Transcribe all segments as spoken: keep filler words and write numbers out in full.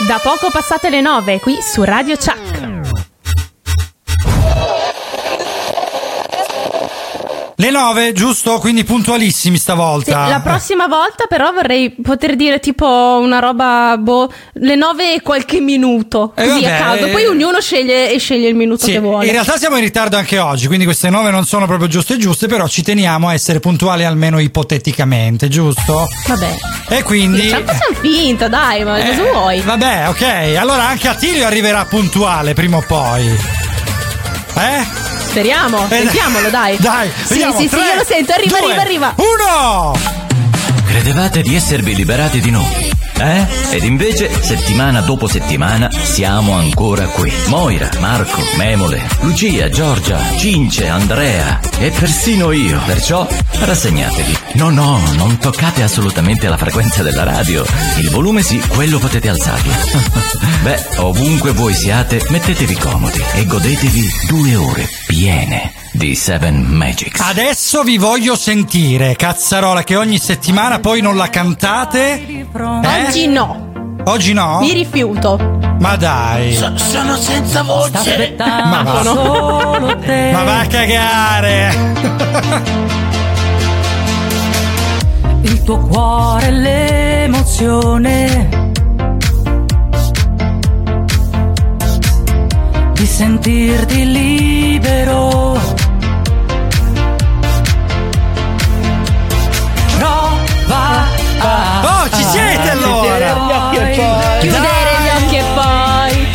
Da poco passate le nove qui su Radio Chuck. Le nove, giusto? Quindi puntualissimi stavolta. Sì, la prossima volta però vorrei poter dire tipo una roba, boh, le nove e qualche minuto, Eh, così vabbè, a caso. Poi ognuno sceglie e sceglie il minuto Sì, che vuole. in realtà siamo in ritardo anche oggi, quindi queste nove non sono proprio giuste e giuste, però ci teniamo a essere puntuali almeno ipoteticamente, giusto? Vabbè. E quindi... Diciamo facciamo finta, dai, ma Eh, cosa vuoi? Vabbè, ok. Allora anche Attilio arriverà puntuale prima o poi. Eh? Speriamo, Eh, sentiamolo, dai. Dai, sì, vediamo. sì, Tre, sì, io lo sento, arriva, due, arriva, arriva. Uno! Credevate di esservi liberati di noi, eh? Ed invece, settimana dopo settimana, siamo ancora qui. Moira, Marco, Memole, Lucia, Giorgia, Cince, Andrea e persino io. Perciò rassegnatevi. No, no, non toccate assolutamente la frequenza della radio. Il volume sì, quello potete alzarlo. Beh, ovunque voi siate, mettetevi comodi e godetevi due ore piene di Seven Magics. Adesso vi voglio sentire, cazzarola, che ogni settimana poi non la cantate. Eh? Oggi no. Oggi no? Mi rifiuto. Ma dai. So- sono senza voce. Ma va. Solo te. Ma va a cagare. Il tuo cuore, l'emozione di sentirti libero. Prova a Oh, ci siete allora. Gli occhi e poi. Chiudere gli occhi e poi.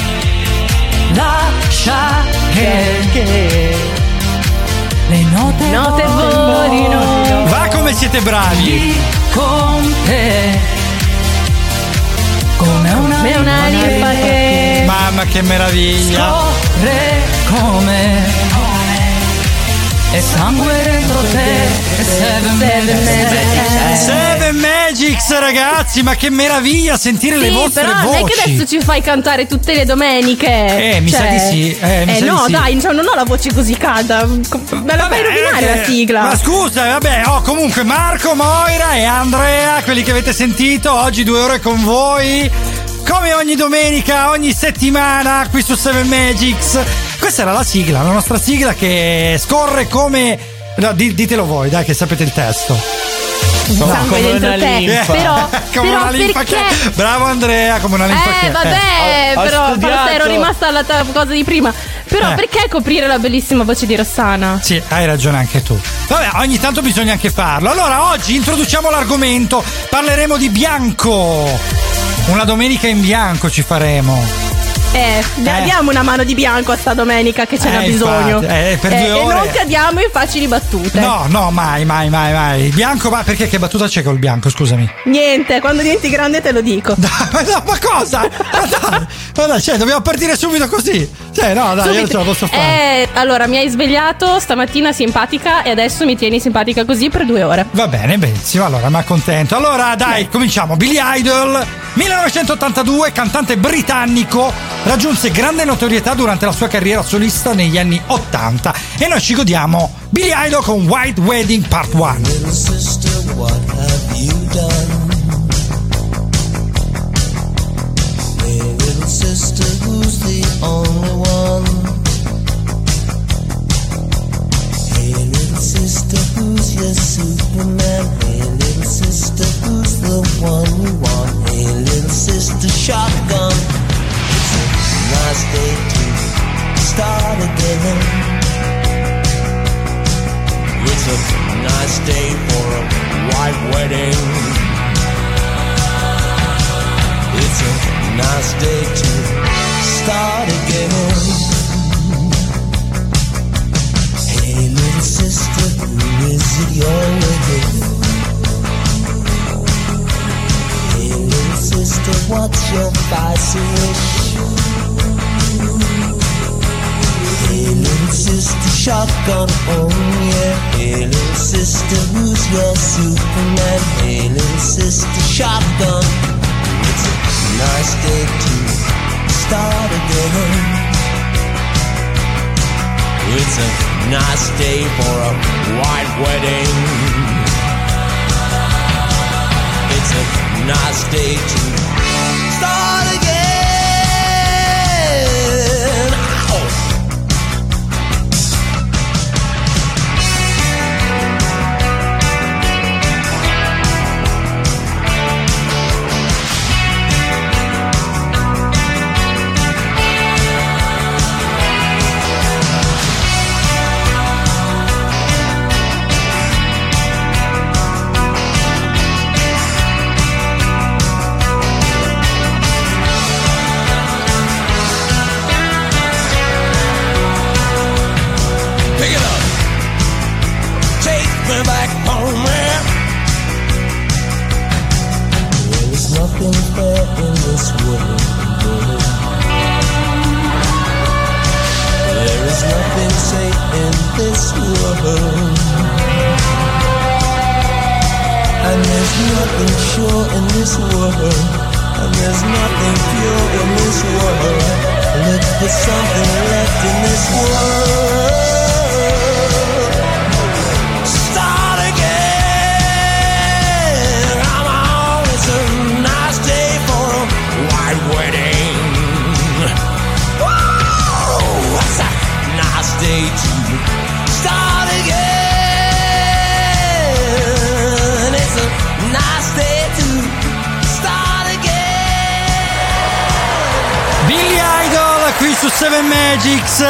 lascia che, Che le note, Note volino. Va come siete bravi. di con te come una Come una linfa che Mamma che meraviglia. scorre come e sangue dentro te e seven magics. Seven Magics, ragazzi, ma che meraviglia sentire le Sì, vostre però non è che voci. adesso ci fai cantare tutte le domeniche. Eh, mi sa di sì, eh, mi sa di no, sì. dai, cioè, non ho la voce così calda. Me la fai rovinare eh, la sigla. Ma scusa, vabbè, oh, comunque Marco, Moira e Andrea, quelli che avete sentito, oggi due ore con voi. Come ogni domenica, ogni settimana, qui su Seven Magics. Questa era la sigla, la nostra sigla che scorre come... No, di- ditelo voi, dai, che sapete il testo. Sangue come dentro una te. linfa. Però, come però una linfa perché? che... Bravo Andrea, come una linfa che... Eh, vabbè, Ho- ho però studiato. forse ero rimasta alla ta- cosa di prima. Però Eh. perché coprire la bellissima voce di Rossana? Sì, hai ragione anche tu. Vabbè, ogni tanto bisogna anche farlo. Allora, oggi introduciamo l'argomento. Parleremo di bianco. Una domenica in bianco ci faremo. Eh, Eh. diamo una mano di bianco a sta domenica che ce n'ha Eh, bisogno. infatti, eh, per due E ore. non cadiamo in facili battute. No, no, mai, mai, mai, mai. Il bianco, ma perché che battuta c'è col bianco, scusami? Niente, quando diventi grande te lo dico. Dai, ma, no, ma cosa? Ma dai, ma dai, cioè, dobbiamo partire subito così. Cioè, no, dai, io non ce la posso fare. Eh, allora, mi hai svegliato stamattina simpatica e adesso mi tieni simpatica così per due ore. Va bene, benissimo, allora mi accontento. Allora, dai, cominciamo. Billy Idol, millenovecentottantadue, cantante britannico, raggiunse grande notorietà durante la sua carriera solista negli anni ottanta e noi ci godiamo Billy Idol con White Wedding Part uno. Little sister, what have you done? Hey, little sister, who's the only one? Hey, little sister, who's your Superman? Hey, little sister, who's the one you want? Hey, little sister, shotgun. It's a nice day to start again. It's a nice day for a white wedding. It's a nice day to start again. Hey, little sister, who is it you're with? Hey, little sister, what's your spicy wish? Hey, little sister, shotgun, oh yeah. Hey, little sister, who's your Superman? Hey, little sister, shotgun. It's a nice day to start again. It's a nice day for a white wedding. It's a nice day to start again. world. And there's nothing sure in this world, and there's nothing pure in this world. Look for something left in this world. Start again. Come on, it's a nice day for a white wedding. Whoa, it's a nice day to start again. It's a nice day to start again. Billy Idol qui su Seven Magics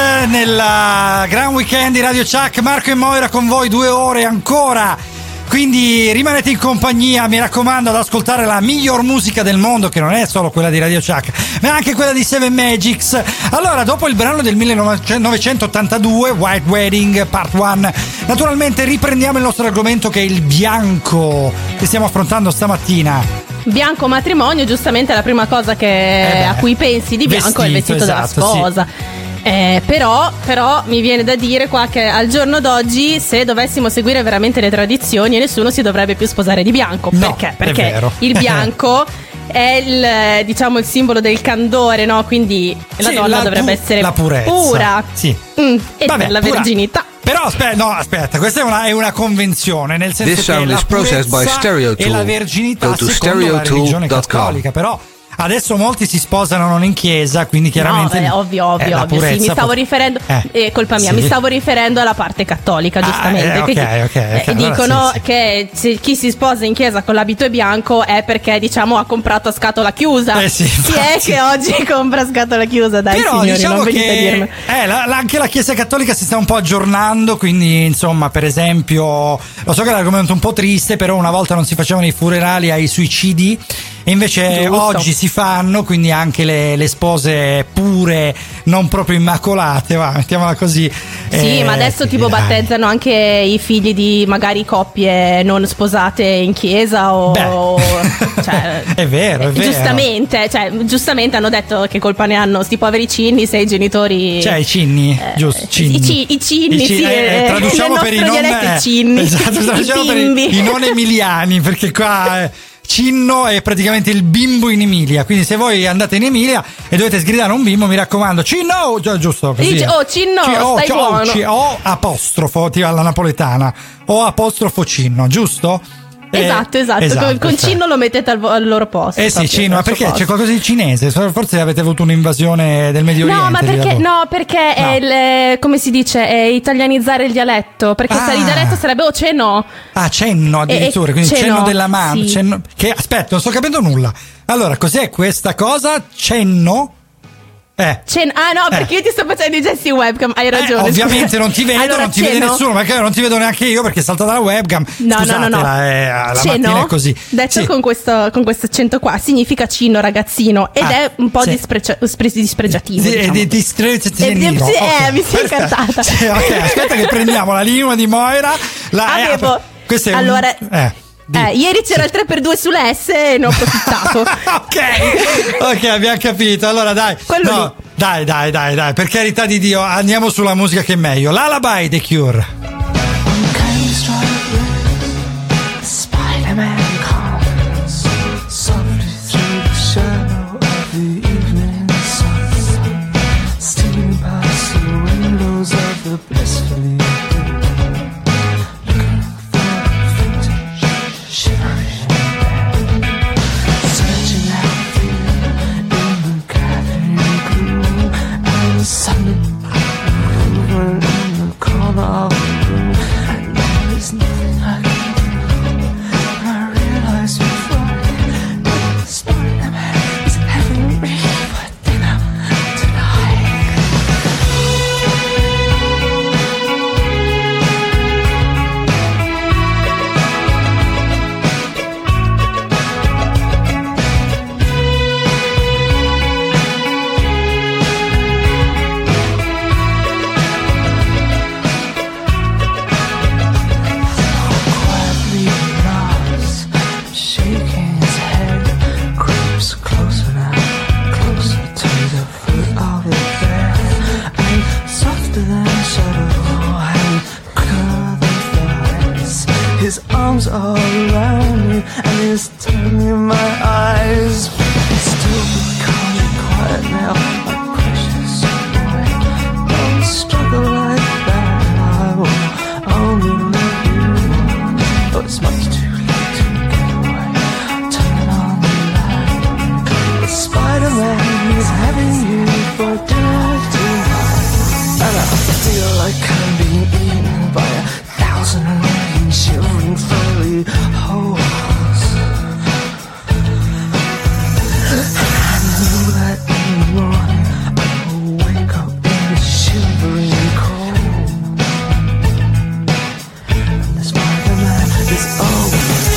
nella Gran Weekend di Radio Chuck. Marco e Moira con voi due ore ancora, quindi rimanete in compagnia, mi raccomando, ad ascoltare la miglior musica del mondo, che non è solo quella di Radio Chuck ma anche quella di Seven Magics. Allora, dopo il brano del millenovecentottantadue, White Wedding Part uno, naturalmente riprendiamo il nostro argomento, che è il bianco che stiamo affrontando stamattina. Bianco matrimonio, giustamente la prima cosa che, Eh beh, a cui pensi di bianco vestito, è il vestito esatto, della sposa. Eh, però, però mi viene da dire qua che al giorno d'oggi, se dovessimo seguire veramente le tradizioni, nessuno si dovrebbe più sposare di bianco. No, perché? è Perché vero. il bianco è il, diciamo, il simbolo del candore, no? Quindi la Sì, donna la dovrebbe pu- essere la purezza. pura, Sì. mm, e Vabbè, della pura. verginità. Però aspetta, no, aspetta, questa è una, è una convenzione, nel senso This che sound la is processed by purezza Stereotool. e la verginità Go to secondo la religione stereotool dot com. cattolica, però adesso molti si sposano non in chiesa, quindi chiaramente No, beh, ovvio, ovvio, eh, la ovvio. Sì, mi purezza stavo pot- riferendo, eh, eh, colpa mia, sì. mi stavo riferendo alla parte cattolica, Ah, giustamente. eh, ok, Quindi, ok, ok, eh, allora dicono sì, sì. che se chi si sposa in chiesa con l'abito bianco è perché, diciamo, ha comprato a scatola chiusa. Eh sì, Chi è infatti. che oggi compra a scatola chiusa? Dai, Però signori, diciamo non venite a che dirmi. eh, la- la- anche la Chiesa Cattolica si sta un po' aggiornando, quindi insomma, per esempio, lo so che è un argomento un po' triste, però una volta non si facevano i funerali ai suicidi e invece Giusto. oggi si fanno, quindi anche le, le spose pure, non proprio immacolate, va, mettiamola così. Sì, Eh, ma adesso quindi tipo dai. battezzano anche i figli di magari coppie non sposate in chiesa o... Beh. cioè, È vero, è vero. Giustamente, cioè, giustamente hanno detto che colpa ne hanno sti poveri cinni se i genitori... Cioè i cinni, Eh, giusto? sì, Cinni. i ci- i cinni, I ci- sì, eh, eh, traduciamo nel per i nostro non dialetto i eh, cinni, esatto, i traduciamo per i, bimbi. i non emiliani, perché qua eh, Cinno è praticamente il bimbo in Emilia, quindi se voi andate in Emilia e dovete sgridare un bimbo, mi raccomando, Cinno, gi- giusto così. Dice, oh, Cinno, Ci- oh, stai ci- oh, buono. ci- o apostrofo, ti alla napoletana, o apostrofo Cinno, giusto? Eh, Esatto, esatto, con, con perfetto. Cinno lo mettete al, vo- al loro posto. Eh sì, proprio, Cinno, ma al suo perché posto. c'è qualcosa di cinese? Forse avete avuto un'invasione del Medio Oriente. No, ma lì da perché, voi. no, perché No. è il, eh, come si dice, è italianizzare il dialetto. Perché Ah. se il dialetto sarebbe o cenno. Ah, cenno addirittura, Eh, quindi cenno, cenno della mano. sì. Cenno, che aspetta, non sto capendo nulla. Allora, cos'è questa cosa? Cenno? Eh. Cen- ah no, Eh. perché io ti sto facendo i gesti webcam, hai Eh, ragione. ovviamente scusa. non ti vedo, Allora, non ti vede cenno? nessuno, ma che non ti vedo neanche io perché è saltata la webcam. No, no, no, no. Scusatela, eh, la Cenno, mattina è così. detto Sì. con questo con questo accento qua, significa cinno, ragazzino, ed Ah, è un po' sì. disprecia- spre- dispregiativo. Sì, diciamo. di- di stre- Eh, di- di- nero. sì, Ok, eh, mi sei perfetto. incantata. Sì, ok, aspetta che prendiamo la lingua di Moira. La, eh, Avevo- questo è un- allora, eh, di- Eh, ieri c'era il tre per due sulle S e ne ho approfittato. ok, ok, abbiamo capito. Allora dai, Quello no, dai, dai, dai, dai, per carità di Dio, andiamo sulla musica che è meglio. Lullaby, The Cure. Spider-Man comes softly through the shadow of the evening sun, stealing past the windows of the blissfully looking for vintage shivering, searching out fear in the gathering gloom, and suddenly over in the corner of the room. His arms all around me and his tongue in my eyes. Still be calm and quiet now, my precious boy. Don't struggle like that, I will only love you. But it's much too late to get away. Turn on the light. The Spider-Man is having you for dinner tonight. And I feel like I'm being eaten by a thousand million shivering furry holes. I know that in the morning I will wake up in the shivering cold. And the Spider-Man is always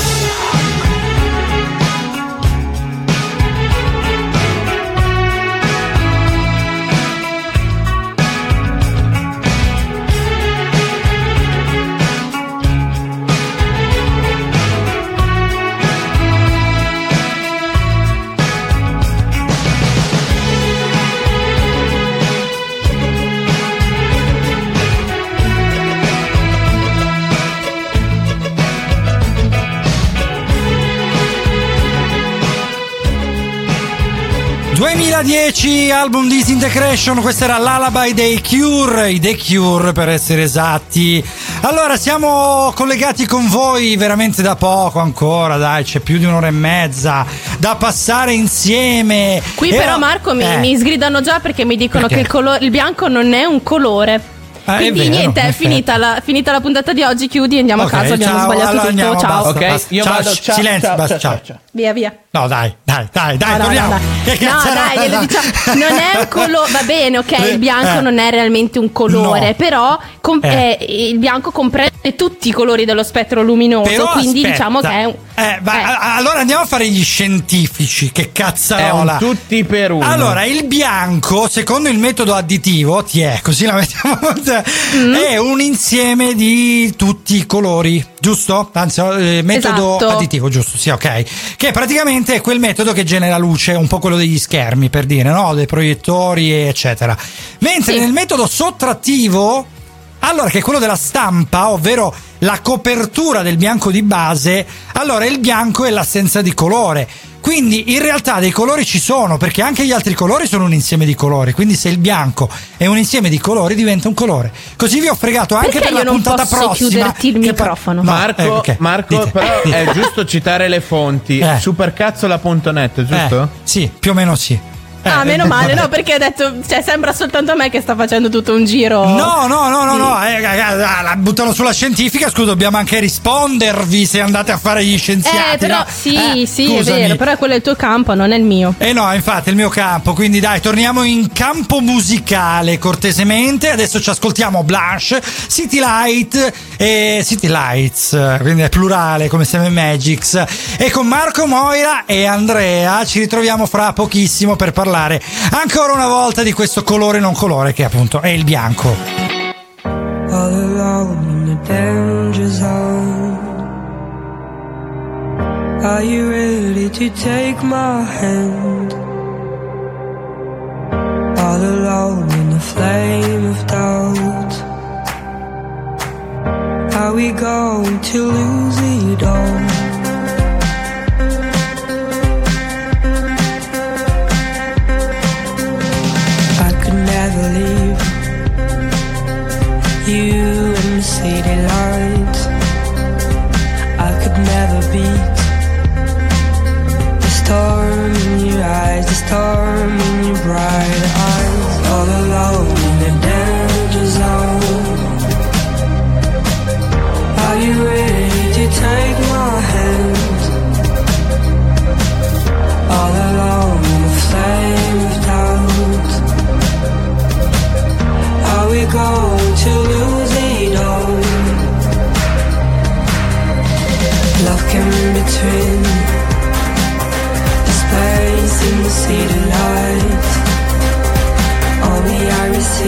duemiladieci, album Disintegration, questa era l'Lullaby dei Cure, i The Cure per essere esatti. Allora, siamo collegati con voi veramente da poco ancora, dai, c'è più di un'ora e mezza da passare insieme. Qui e però ho... Marco mi, eh. mi sgridano già perché mi dicono Perché? che il, colore, il bianco non è un colore. Ah, Quindi è vero, niente, è perfetto. finita la, finita la puntata di oggi, chiudi e andiamo Ok, a casa, abbiamo ciao, sbagliato allora tutto, andiamo, ciao. basta. Ok, Basta. io Ciao, vado. sh- Ciao, silenzio, ciao, basta, ciao, ciao. ciao. Via via. No, dai, dai, dai, dai, No, no, torniamo. no, dai. Che No, cazzo dai, era? glielo diciamo. Non è un colore, va bene, ok, il bianco Eh. non è realmente un colore, No. però com- Eh. eh, il bianco comprende tutti i colori dello spettro luminoso, Però quindi aspetta. diciamo che è un... Eh, va- Eh. a- allora andiamo a fare gli scientifici. Che È cazzarola. un tutti per uno. Allora, il bianco, secondo il metodo additivo, ti è così la mettiamo, Mm. è un insieme di tutti i colori, giusto? Anzi, eh, metodo Esatto. additivo, giusto? Sì, ok. Che praticamente è quel metodo che genera luce, un po' quello degli schermi, per dire, no? Dei proiettori, eccetera. Mentre Sì. nel metodo sottrattivo, allora, che è quello della stampa, ovvero la copertura del bianco di base, allora il bianco è l'assenza di colore. Quindi in realtà dei colori ci sono, perché anche gli altri colori sono un insieme di colori. Quindi se il bianco è un insieme di colori diventa un colore. Così vi ho fregato anche Perché per la io non puntata posso prossima. chiuderti il che pa- microfono? No, Marco, eh, ok. Marco Dite, però dite. è giusto citare le fonti. Eh. Supercazzola punto net, giusto? Eh, sì, più o meno sì. Ah, Eh, meno eh, male, vabbè. no, perché ha detto, cioè, sembra soltanto a me che sta facendo tutto un giro. No, no, no, no, no, eh, eh, eh, la buttano sulla scientifica, scusa, dobbiamo anche rispondervi se andate a fare gli scienziati. Eh, però no? sì, Eh, sì, scusami. è vero, però quello è il tuo campo, non è il mio. Eh no, infatti è il mio campo, quindi dai, torniamo in campo musicale cortesemente. Adesso ci ascoltiamo Blanche, City Light e City Lights, quindi è plurale come Seven Magics. E con Marco Moira e Andrea ci ritroviamo fra pochissimo per parlare ancora una volta di questo colore non colore che appunto è il bianco. all alone in the danger zone. Are you ready to take my hand? All alone in the flame of doubt. Are we going to lose it all? I could never leave you in the city lights. I could never beat the storm in your eyes, the storm in your bright eyes. All alone in the danger zone. Are you ready to take my hand? All alone in the flame of doubt. Are we going to lose it all? Love came between the space and the city lights. Only I receive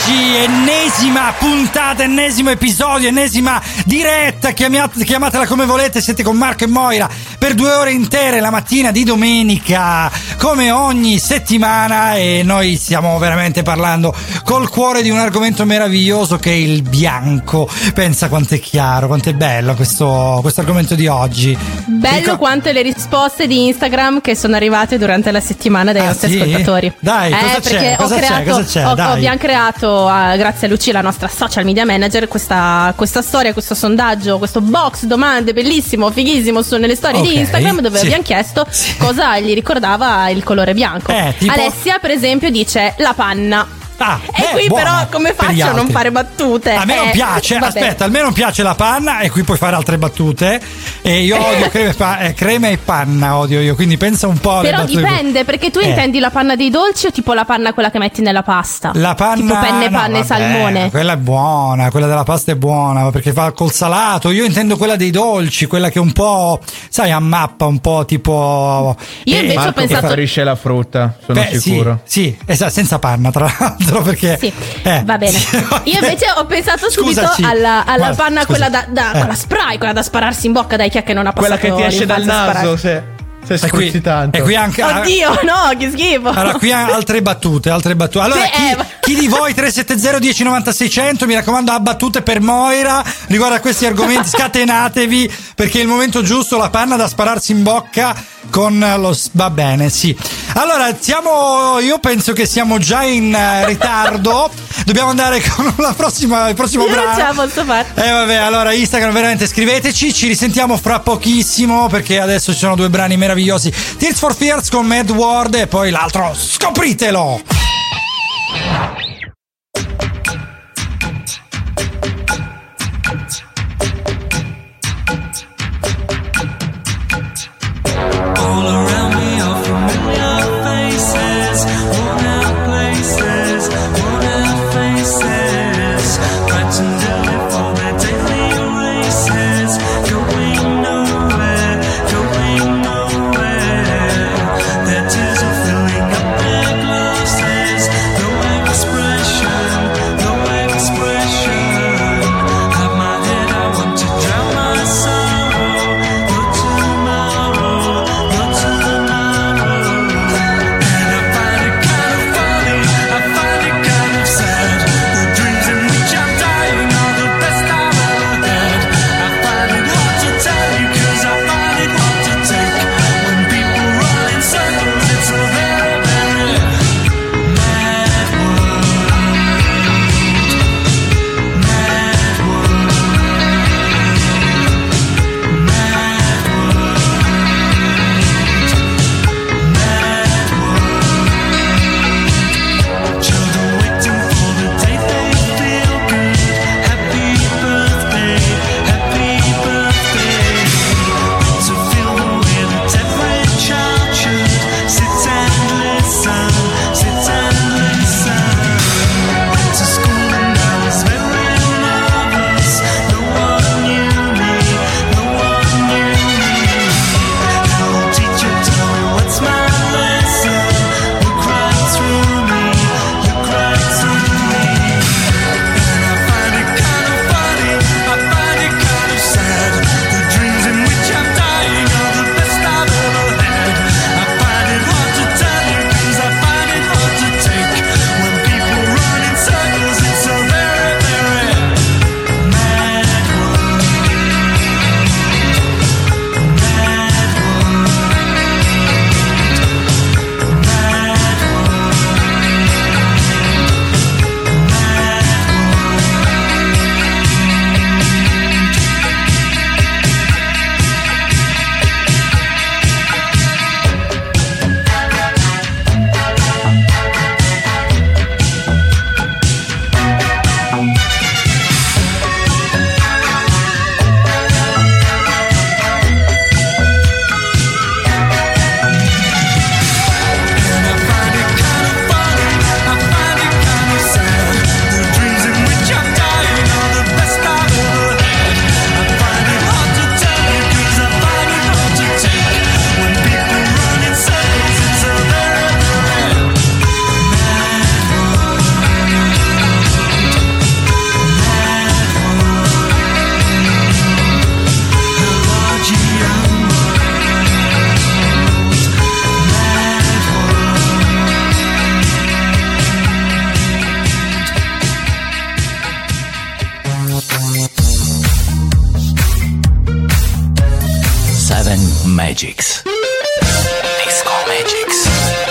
oggi, ennesima puntata, ennesimo episodio, ennesima diretta, chiamate, chiamatela come volete, siete con Marco e Moira per due ore intere la mattina di domenica, come ogni settimana, e noi stiamo veramente parlando col cuore di un argomento meraviglioso che è il bianco. Pensa quanto è chiaro, quanto è bello questo, questo argomento di oggi. Bello Rico- quanto le risposte di Instagram che sono arrivate durante la settimana dai Ah, nostri sì? ascoltatori. Dai, eh, cosa perché c'è? ho Cosa c'è? creato, Cosa c'è? ho- Dai. abbiamo creato, ah, grazie a Lucia, la nostra social media manager, questa, questa storia, questo sondaggio, questo box domande bellissimo, fighissimo, su nelle storie Ok, di Instagram, dove sì. abbiamo chiesto Sì. cosa gli ricordava il colore bianco. Eh, tipo- Alessia, per esempio, dice la panna. Ah, E beh, qui buona però come per gli faccio a non altri. fare battute? A me non Eh, piace, vabbè. aspetta, a me non piace la panna e qui puoi fare altre battute. E io odio crema e, pa- eh, crema e panna, odio io, quindi pensa un po' alle Però battute. dipende, perché tu Eh. intendi la panna dei dolci o tipo la panna quella che metti nella pasta? La panna, tipo penne, no, panna e vabbè, salmone. quella è buona, quella della pasta è buona perché fa col salato. Io intendo quella dei dolci, quella che un po', sai, ammappa un po' tipo. Io eh, invece ho Marco pensato- preferisce la frutta, sono beh, sicuro. Sì, sì, esatto, senza panna tra l'altro perché. Sì, eh. va bene. Io invece ho pensato subito Scusaci. alla, alla Guarda, panna, scusa. quella da, da Eh. quella spray, quella da spararsi in bocca, dai, chi è che non ha Quella passato che ti esce dal l'infanzia a naso sparare? se, se E qui, spruzzi tanto. e qui anche. Oddio, no, che schifo. Allora, qui ha altre battute, altre battute. Allora, Beh, chi, eh, ma- chi di voi tre sette zero uno zero nove sei zero zero, mi raccomando, ha battute per Moira riguardo a questi argomenti, scatenatevi perché è il momento giusto, la panna da spararsi in bocca con lo s- va bene, sì. Allora, siamo io penso che siamo già in eh, ritardo. Dobbiamo andare con la prossima il prossimo Io non brano. ce la posso fare. Eh vabbè, allora Instagram veramente scriveteci, ci risentiamo fra pochissimo perché adesso ci sono due brani meravigliosi, Tears for Fears con Mad World e poi l'altro scopritelo. All around me are familiar faces, worn out places, worn out faces, fighting daily for their daily races, going nowhere, going nowhere. Their tears are filling up their glasses, the way we spread Magix. Disco Magix.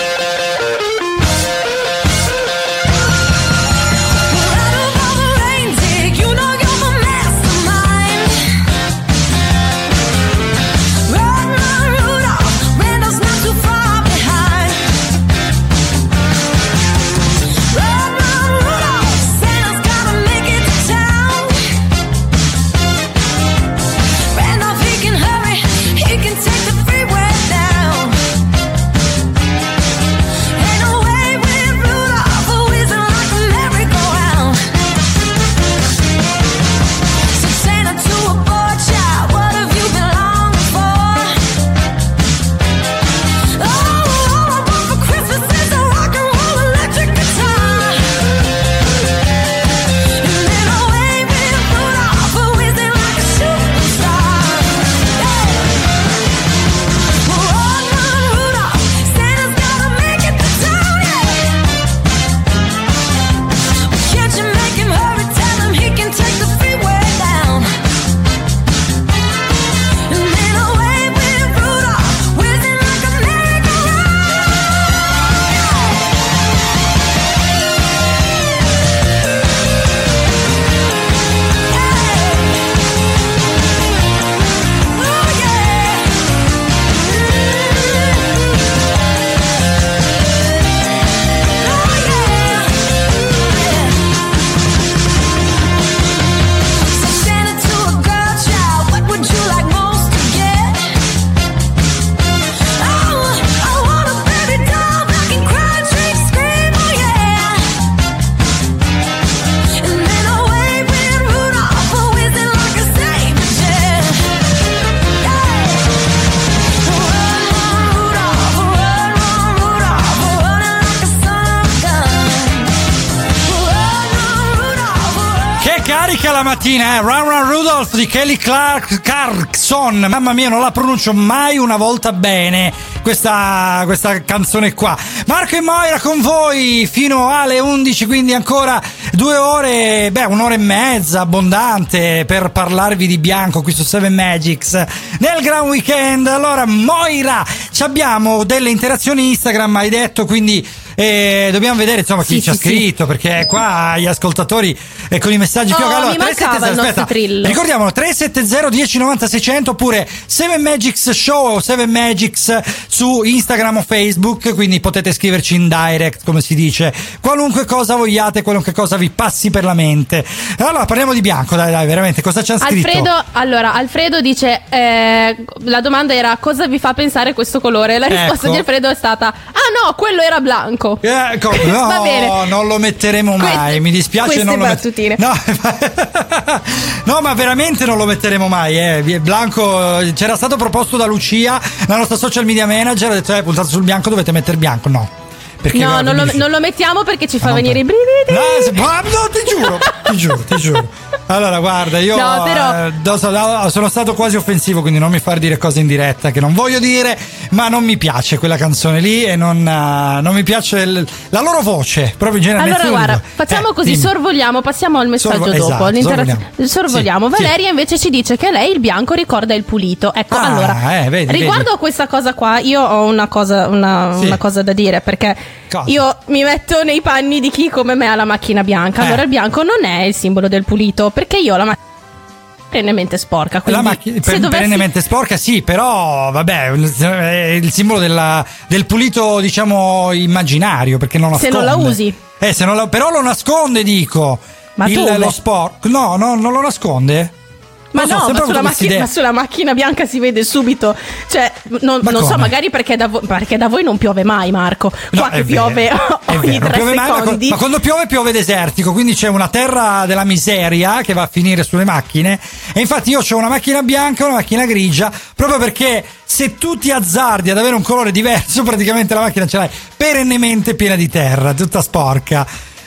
La mattina, eh? Run Run Rudolph di Kelly Clark Clarkson. Mamma mia, non la pronuncio mai una volta bene questa, questa canzone qua. Marco e Moira con voi fino alle undici, quindi ancora due ore, beh, un'ora e mezza abbondante per parlarvi di Bianco qui su Seven Magics nel Gran Weekend. Allora, Moira, ci abbiamo delle interazioni Instagram, hai detto, quindi e dobbiamo vedere insomma chi sì, ci ha sì, scritto, sì. perché qua gli ascoltatori e con i messaggi più oh, allora, mi mancava il nostro trillo. Ricordiamolo, tre sette zero uno zero nove sei zero zero oppure Seven Magics Show o Seven Magics su Instagram o Facebook, quindi potete scriverci in direct, come si dice, qualunque cosa vogliate, qualunque cosa vi passi per la mente. Allora parliamo di Bianco, dai dai, veramente cosa ci ha scritto? Alfredo, allora Alfredo dice eh, la domanda era cosa vi fa pensare questo colore, la risposta ecco. di Alfredo è stata ah no, quello era Blanco. Eh, com- no, Va bene. non lo metteremo mai. Queste, Mi dispiace, non lo battutine. Met- no, no, ma veramente non lo metteremo mai. Eh. Blanco c'era stato proposto da Lucia, la nostra social media manager, ha detto: eh, puntate sul bianco, dovete mettere bianco. No. Perché no, guarda, non lo, mi... non lo mettiamo perché ci fa no, venire i brividi. No, no, ti giuro, ti giuro, ti giuro. Allora, guarda, io no, però... eh, sono stato quasi offensivo, quindi non mi far dire cose in diretta che non voglio dire, ma non mi piace quella canzone lì e non, uh, non mi piace il, la loro voce, proprio in genere. Allora, guarda, facciamo eh, così, dimmi. sorvoliamo, passiamo al messaggio Sorvo- dopo. esatto, sorvoliamo. sorvoliamo. Sì, Valeria sì. invece ci dice che lei il bianco ricorda il pulito. Ecco, Ah, allora, eh, vedi, riguardo vedi. a questa cosa qua, io ho una cosa, una, Sì. una cosa da dire, perché Cosa? io mi metto nei panni di chi come me ha la macchina bianca. Eh. Allora, il bianco non è il simbolo del pulito, perché io ho la macchina perennemente sporca. Quindi La macchina se per, dovessi... perennemente sporca, sì, però vabbè, è il simbolo della, del pulito, diciamo, immaginario, perché non Se nasconde. non la usi. Eh, se non la, però lo nasconde, dico. Ma il, dove? lo sporco. No, no, non lo nasconde. Ma Non so, no, sempre ma sulla, avuto questa macchina, idea. ma sulla macchina bianca si vede subito. Cioè, non, Ma non so, come? magari perché da, vo- perché da voi non piove mai, Marco. No, Qua è che vero, piove è ogni vero, tre piove mai, ma, secondi. ma quando piove piove desertico, quindi c'è una terra della miseria che va a finire sulle macchine. E infatti io ho una macchina bianca e una macchina grigia, proprio perché se tu ti azzardi ad avere un colore diverso, praticamente la macchina ce l'hai perennemente piena di terra, tutta sporca.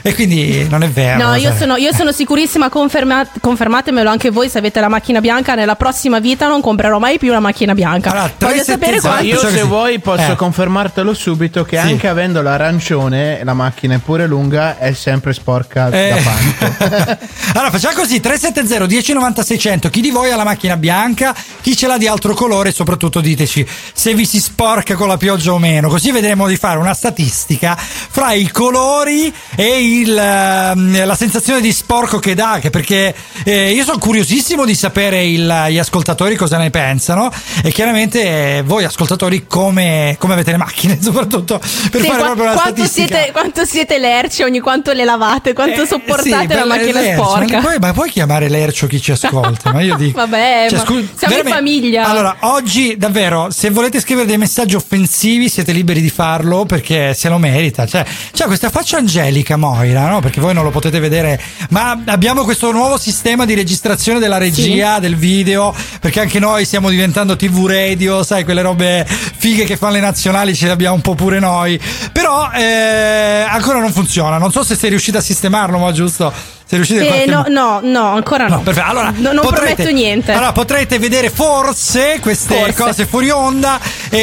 E quindi non è vero. No, io sai. sono, io sono sicurissima, conferma- confermatemelo anche voi se avete la macchina bianca. Nella prossima vita non comprerò mai più la macchina bianca. Allora, Voglio sapere tre, Ma quanto. io Cioè se così. vuoi posso Eh. confermartelo subito che Sì. anche avendo l'arancione la macchina è pure lunga, è sempre sporca Eh. da panto. Allora facciamo così: tre sette zero uno zero nove zero sei zero zero. Chi di voi ha la macchina bianca, chi ce l'ha di altro colore, e soprattutto diteci se vi si sporca con la pioggia o meno, così vedremo di fare una statistica fra i colori e il, ehm, la sensazione di sporco che dà, che perché eh, io sono curiosissimo di sapere il, gli ascoltatori cosa ne pensano, e chiaramente eh, voi ascoltatori come, come avete le macchine, soprattutto per Sì, fare qua- proprio una quanto, statistica. siete, quanto siete lerci, ogni quanto le lavate, quanto Eh, sopportate sì, la per macchina l'ercio, sporca. Ma puoi, ma puoi chiamare l'ercio chi ci ascolta? Ma io dico. Vabbè, ma siamo in veramente- famiglia. Allora, oggi davvero, se volete scrivere dei messaggi offensivi, siete liberi di farlo perché se lo merita. Cioè, c'è questa faccia angelica, Moira, no? Perché voi non lo potete vedere, ma abbiamo questo nuovo sistema di registrazione della regia, del video, perché anche noi stiamo diventando tivù radio, sai, quelle robe fighe che fanno le nazionali ce le abbiamo un po' pure noi. Però eh, ancora non funziona. Non so se sei riuscito a sistemarlo, ma giusto? Sei riuscito in Eh, qualche no, no, no, ancora no. No, perfetto. Allora, No, non potrete- prometto niente. Allora, potrete vedere forse queste Forse. cose fuori onda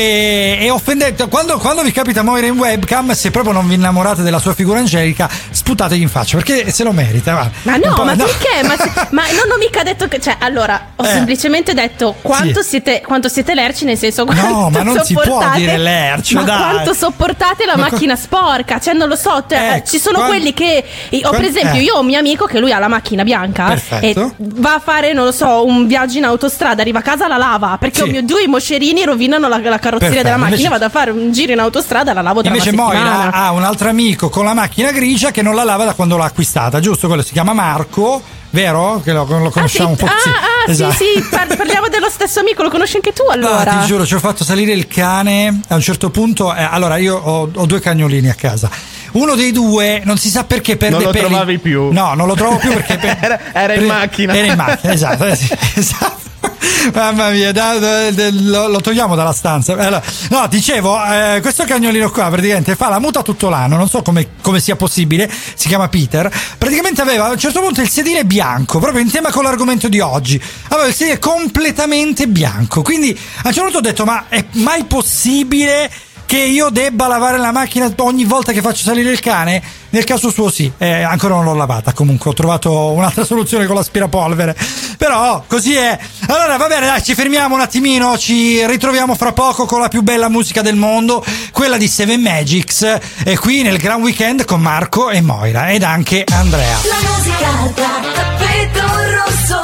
e, e offendete. Quando, quando vi capita Moira in webcam, se proprio non vi innamorate della sua figura angelica, sputategli in faccia perché se lo merita. Va. Ma Un no, po'- ma perché? Ma, se- ma non ho mica detto che. Cioè, allora, ho Eh. semplicemente detto quanto, Sì. siete, quanto siete lerci, nel senso quanto No, ma non si può sopportate- dire lercio, ma dai. quanto sopportate la Ma co- macchina sporca? Cioè, non lo so. Cioè, Ecco, ci sono quan- quelli che. Ho, quan- per esempio, eh. io ho un mio amico che lui ha la macchina bianca Perfetto. e va a fare, non lo so, un viaggio in autostrada, arriva a casa, la lava. Perché, Sì. oh mio Dio, i moscerini rovinano la, la carrozzeria Perfetto, della macchina. invece- Vado a fare un giro in autostrada, la lavo tra Invece una Moira settimana. ha un altro amico con la macchina grigia che non la lava da quando l'ha acquistata, giusto? Quello si chiama Marco, vero? Che lo, lo conosciamo ah, sì. un po'. Ah, sì, ah, esatto. sì, sì, par- parliamo dello stesso amico, lo conosci anche tu No, allora? ti giuro, ci ho fatto salire il cane. A un certo punto, eh, allora io ho, ho due cagnolini a casa. Uno dei due non si sa perché perde Non lo peli. trovavi più. No, non lo trovo più perché per- Era- era in per- macchina. Era in macchina, esatto, eh, sì, esatto. Mamma mia, da- da- da- lo, lo togliamo dalla stanza. Allora, no, dicevo, eh, questo cagnolino qua praticamente fa la muta tutto l'anno, non so come, come sia possibile, si chiama Peter. Praticamente aveva a un certo punto il sedile bianco, proprio in tema con l'argomento di oggi. Aveva il sedile completamente bianco, quindi a un certo punto ho detto, ma è mai possibile che io debba lavare la macchina ogni volta che faccio salire il cane? Nel caso suo sì, eh, ancora non l'ho lavata, comunque ho trovato un'altra soluzione con l'aspirapolvere, però così è. Allora va bene, dai, ci fermiamo un attimino, ci ritroviamo fra poco con la più bella musica del mondo, quella di Seven Magics, e qui nel Gran Weekend con Marco e Moira ed anche Andrea. La musica da tappeto rosso.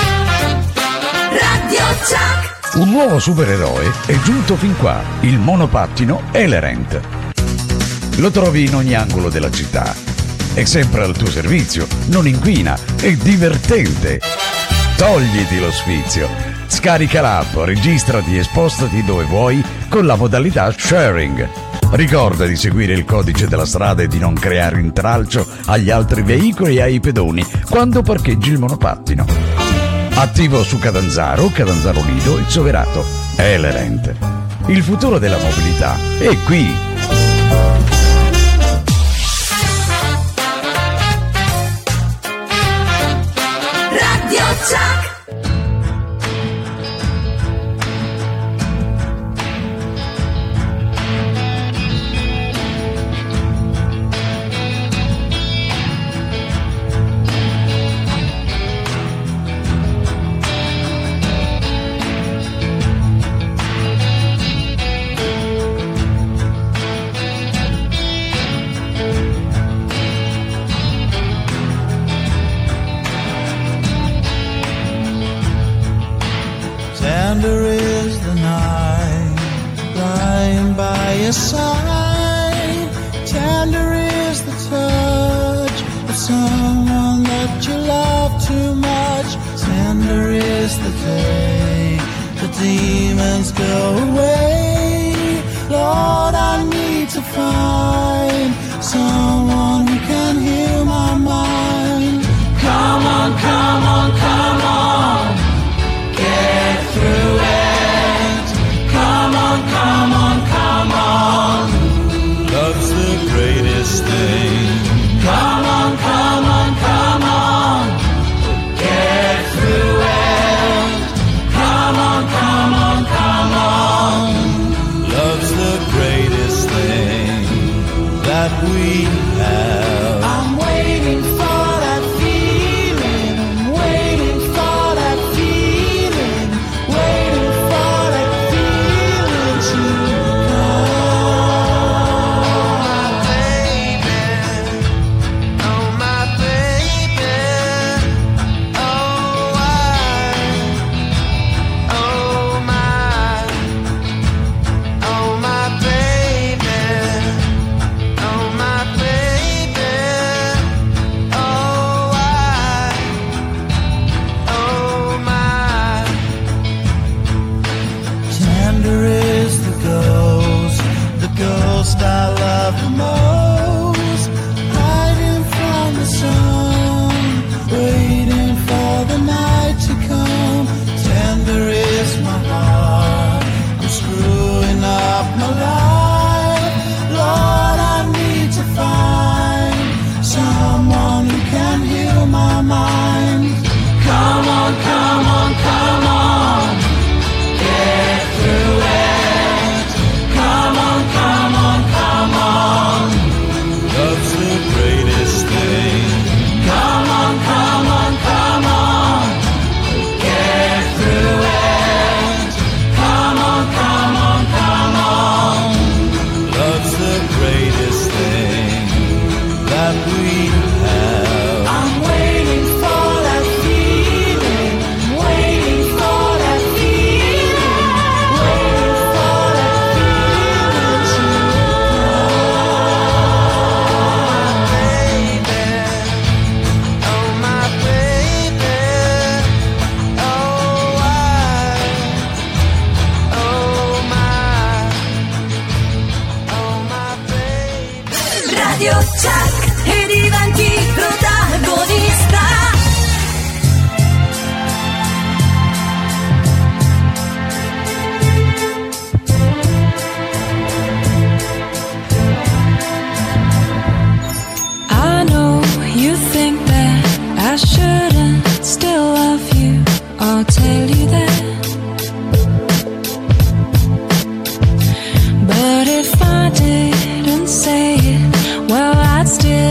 Radio Chuck. Un nuovo supereroe è giunto fin qua, il monopattino Elerent. Lo trovi in ogni angolo della città. È sempre al tuo servizio, non inquina, è divertente. Togliti lo sfizio. Scarica l'app, registrati e spostati dove vuoi con la modalità sharing. Ricorda di seguire il codice della strada e di non creare intralcio agli altri veicoli e ai pedoni quando parcheggi il monopattino. Attivo su Catanzaro, Catanzaro Lido e Soverato. Elerent. Il futuro della mobilità è qui. Radio Chuck. Tender is the night lying by your side. Tender is the touch of someone that you love too much. Tender is the day the demons go away. Lord, I need to find someone who can heal my mind. Come on, come on, come on. Get through it. Come on, come on, come on. Love's the greatest thing. Come on. we have. I'm waiting for that feeling. I'm waiting for that feeling. Waiting for that feeling to come. Oh my baby, oh I, oh my, oh my baby, oh my baby, oh I, oh my. Tender is the ghost, the ghost I love the most, hiding from the sun, waiting for the night to come. Tender is my heart, I'm screwing up my life. Lord, I need to find someone who can heal my mind. Come on, come on, come on, get through it. Come on, come on, come on, love's the greatest thing. Come on, come on, come on, get through it. Come on, come on, come on, love's the greatest thing that we have. I'm waiting for that feeling. I'm waiting for that feeling. Waiting for that feeling to come. Oh my baby, oh I, oh my, oh my baby. Radio Chuck e diventi protagonista. I know you think that I shouldn't still love you. I'll tell you that. But if I didn't say it, well, I'd still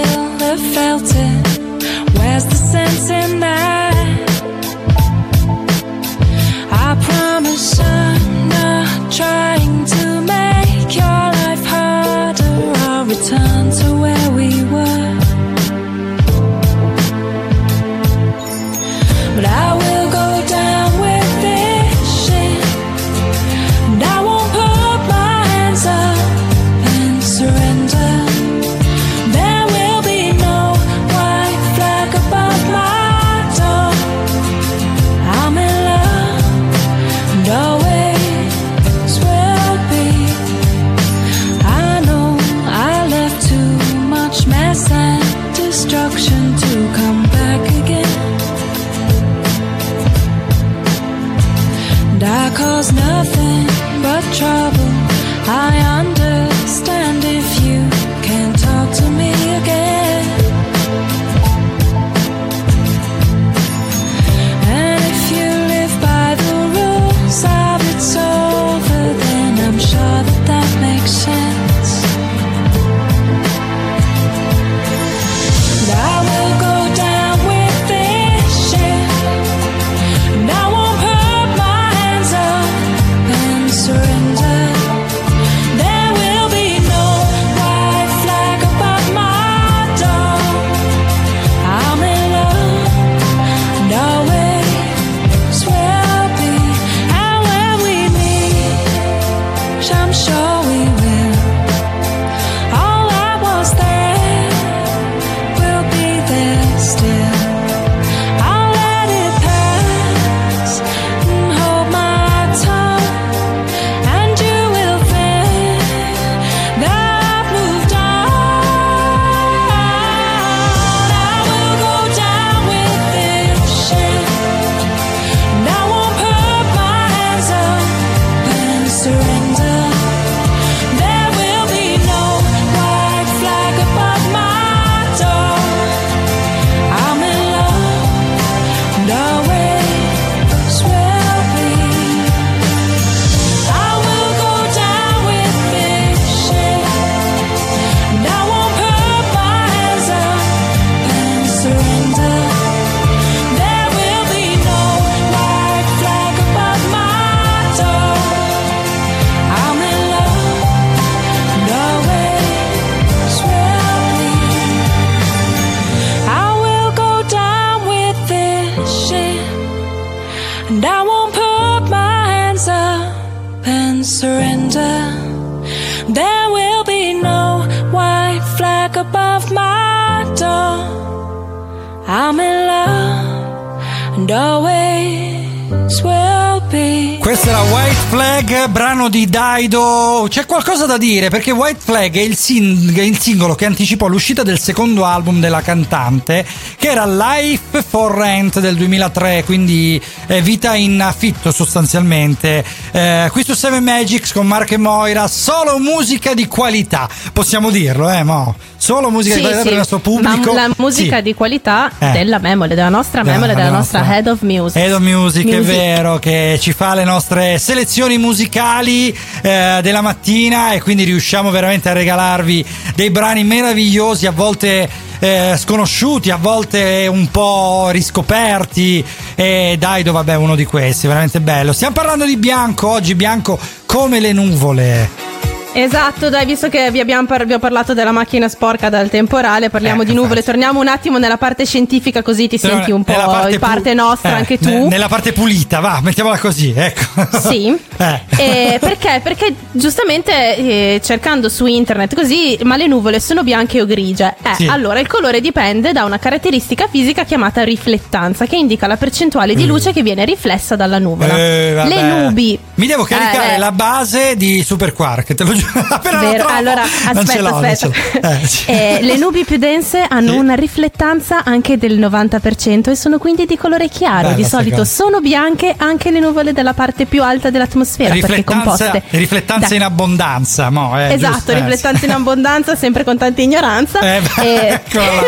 and always will be. Questa era White Flag, brano di Dido. C'è qualcosa da dire perché White Flag è il, sing- il singolo che anticipò l'uscita del secondo album della cantante, che era Life for Rent del duemilatré, quindi eh, vita in affitto sostanzialmente. Eh, qui su Seven Magics con Marco e Moira, solo musica di qualità, possiamo dirlo, eh, mo? Solo musica Sì, di qualità sì. per il nostro pubblico. Ma la musica Sì. di qualità Eh. della Memole, della nostra Della- Memole, della della nostra nostra Head of Music. Head of Music, Music. è vero, che ci fa le nostre selezioni musicali eh, della mattina, e quindi riusciamo veramente a regalarvi dei brani meravigliosi, a volte eh, sconosciuti, a volte un po' riscoperti, e Dido, vabbè, uno di questi, veramente bello. Stiamo parlando di bianco oggi, bianco come le nuvole. Esatto, dai, visto che vi abbiamo par- vi ho parlato della macchina sporca dal temporale, parliamo Eh, di nuvole, infatti. torniamo un attimo nella parte scientifica, così ti Però senti un po' nella parte in parte pu- nostra eh, anche tu. ne- nella parte pulita, va, mettiamola così, ecco. Sì. Eh. Eh, perché? Perché giustamente eh, cercando su internet così, ma le nuvole sono bianche o grigie? Eh, Sì. allora il colore dipende da una caratteristica fisica chiamata riflettanza, che indica la percentuale di luce che viene riflessa dalla nuvola. Eh, vabbè. Le nubi. Mi devo caricare Eh, la base di Super Quark, te lo giuro. Appena la Vero. trovo, Allora, non ce aspetta, l'ho, non aspetta. ce l'ho. Eh, sì. Eh, le nubi più dense hanno Sì. una riflettanza anche del novanta per cento e sono quindi di colore chiaro. Bella di sta solito cosa. sono bianche anche le nuvole della parte più alta dell'atmosfera, perché Riflettanza, composte riflettanza da- in abbondanza, mo, eh, Esatto, giusto, eh, riflettanza sì. in abbondanza, sempre con tanta ignoranza. Eh, beh, E- eccola.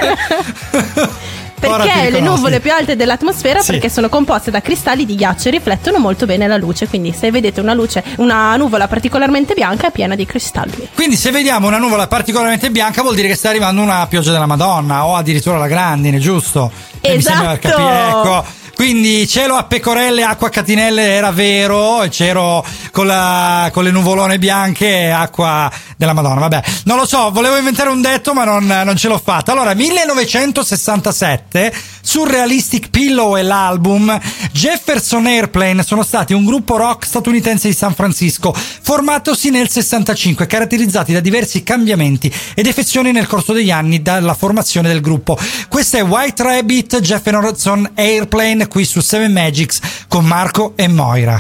Ora ti Perché le riconosco. nuvole più alte dell'atmosfera? Sì. Perché sono composte da cristalli di ghiaccio e riflettono molto bene la luce. Quindi se vedete una luce, una nuvola particolarmente bianca, è piena di cristalli. Quindi se vediamo una nuvola particolarmente bianca vuol dire che sta arrivando una pioggia della Madonna, o addirittura la grandine, giusto? Eh, mi sembra Esatto. capire, ecco. Quindi cielo a pecorelle, acqua a catinelle era vero, e cielo con, la, con le nuvolone bianche, acqua della Madonna. Vabbè, non lo so, volevo inventare un detto ma non, non ce l'ho fatta. Allora, millenovecentosessantasette, Surrealistic Pillow e l'album Jefferson Airplane sono stati un gruppo rock statunitense di San Francisco, formatosi nel sessantacinque, caratterizzati da diversi cambiamenti e defezioni nel corso degli anni dalla formazione del gruppo. Questa è White Rabbit, Jefferson Airplane, qui su Seven Magics con Marco e Moira.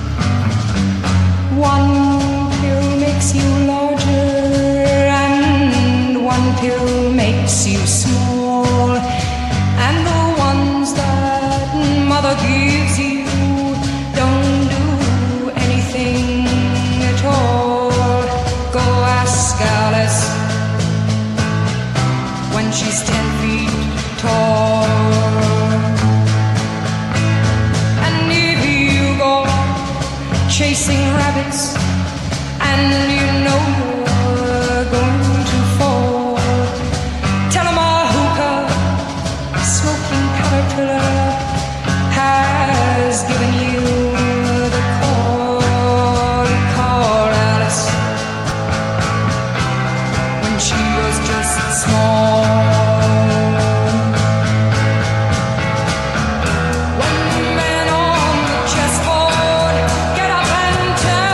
One pill makes you larger and one pill makes you small, and the ones that mother gives you don't do anything at all. Go ask Alice when she's ten feet tall. And if you go chasing rabbits and you know you're going to fall, tell 'em a hookah smoking caterpillar has given you the call. Call Alice when she was just small. One man on the chessboard, get up and turn.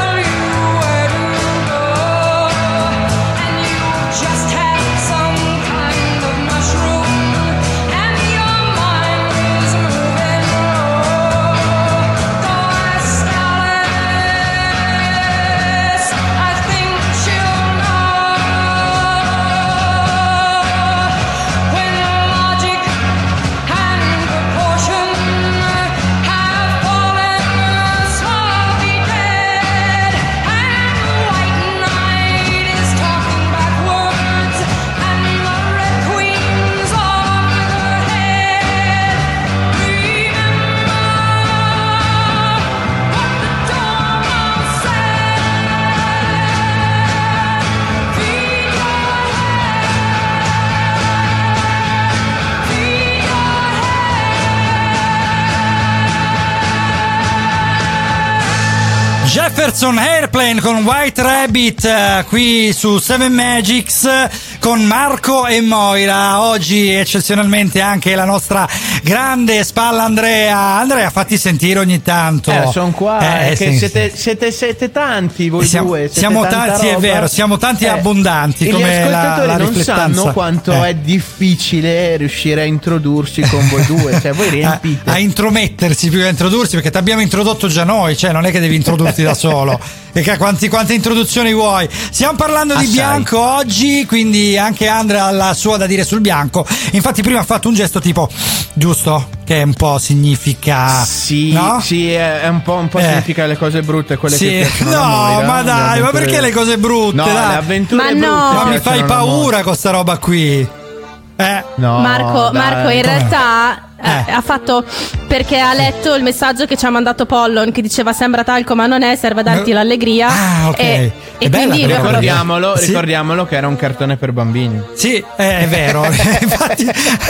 Jefferson Airplane con White Rabbit eh, qui su Seven Magics con Marco e Moira. Oggi eccezionalmente anche la nostra grande spalla Andrea. Andrea, fatti sentire ogni tanto. Eh, sono qua, eh, eh, che sì, siete, sì. siete, siete tanti voi siamo, due. Siete siamo tanta tanti, roba. è vero, siamo tanti e Eh, abbondanti. e Come gli ascoltatori la, la non sanno quanto eh. è difficile riuscire a introdursi con voi due. Cioè, voi riempite. A, a intromettersi più che a introdursi, perché ti abbiamo introdotto già noi, cioè non è che devi introdurti da solo. Perché quanti, quante introduzioni vuoi? Stiamo parlando Assai. di bianco oggi, quindi anche Andrea ha la sua da dire sul bianco. Infatti prima ha fatto un gesto tipo, giusto? Che un po' significa... Sì, no? sì, è un po', un po' Eh. significa le cose brutte, quelle Sì. che piacciono No, a Moira, ma le dai, ma avventure- perché le cose brutte? No, dai? le avventure Ma brutte no. Ma mi piacciono fai a paura Moira. con sta roba qui. Eh. No, Marco, dai. Marco, in com'è? realtà eh, Eh. ha fatto perché ha letto il messaggio che ci ha mandato Pollon che diceva sembra talco ma non è, serve a darti No. l'allegria. Ah, ok. E, È e bella quindi però. Ricordiamolo, Sì. ricordiamolo che era un cartone per bambini. Sì, eh, è vero. Infatti...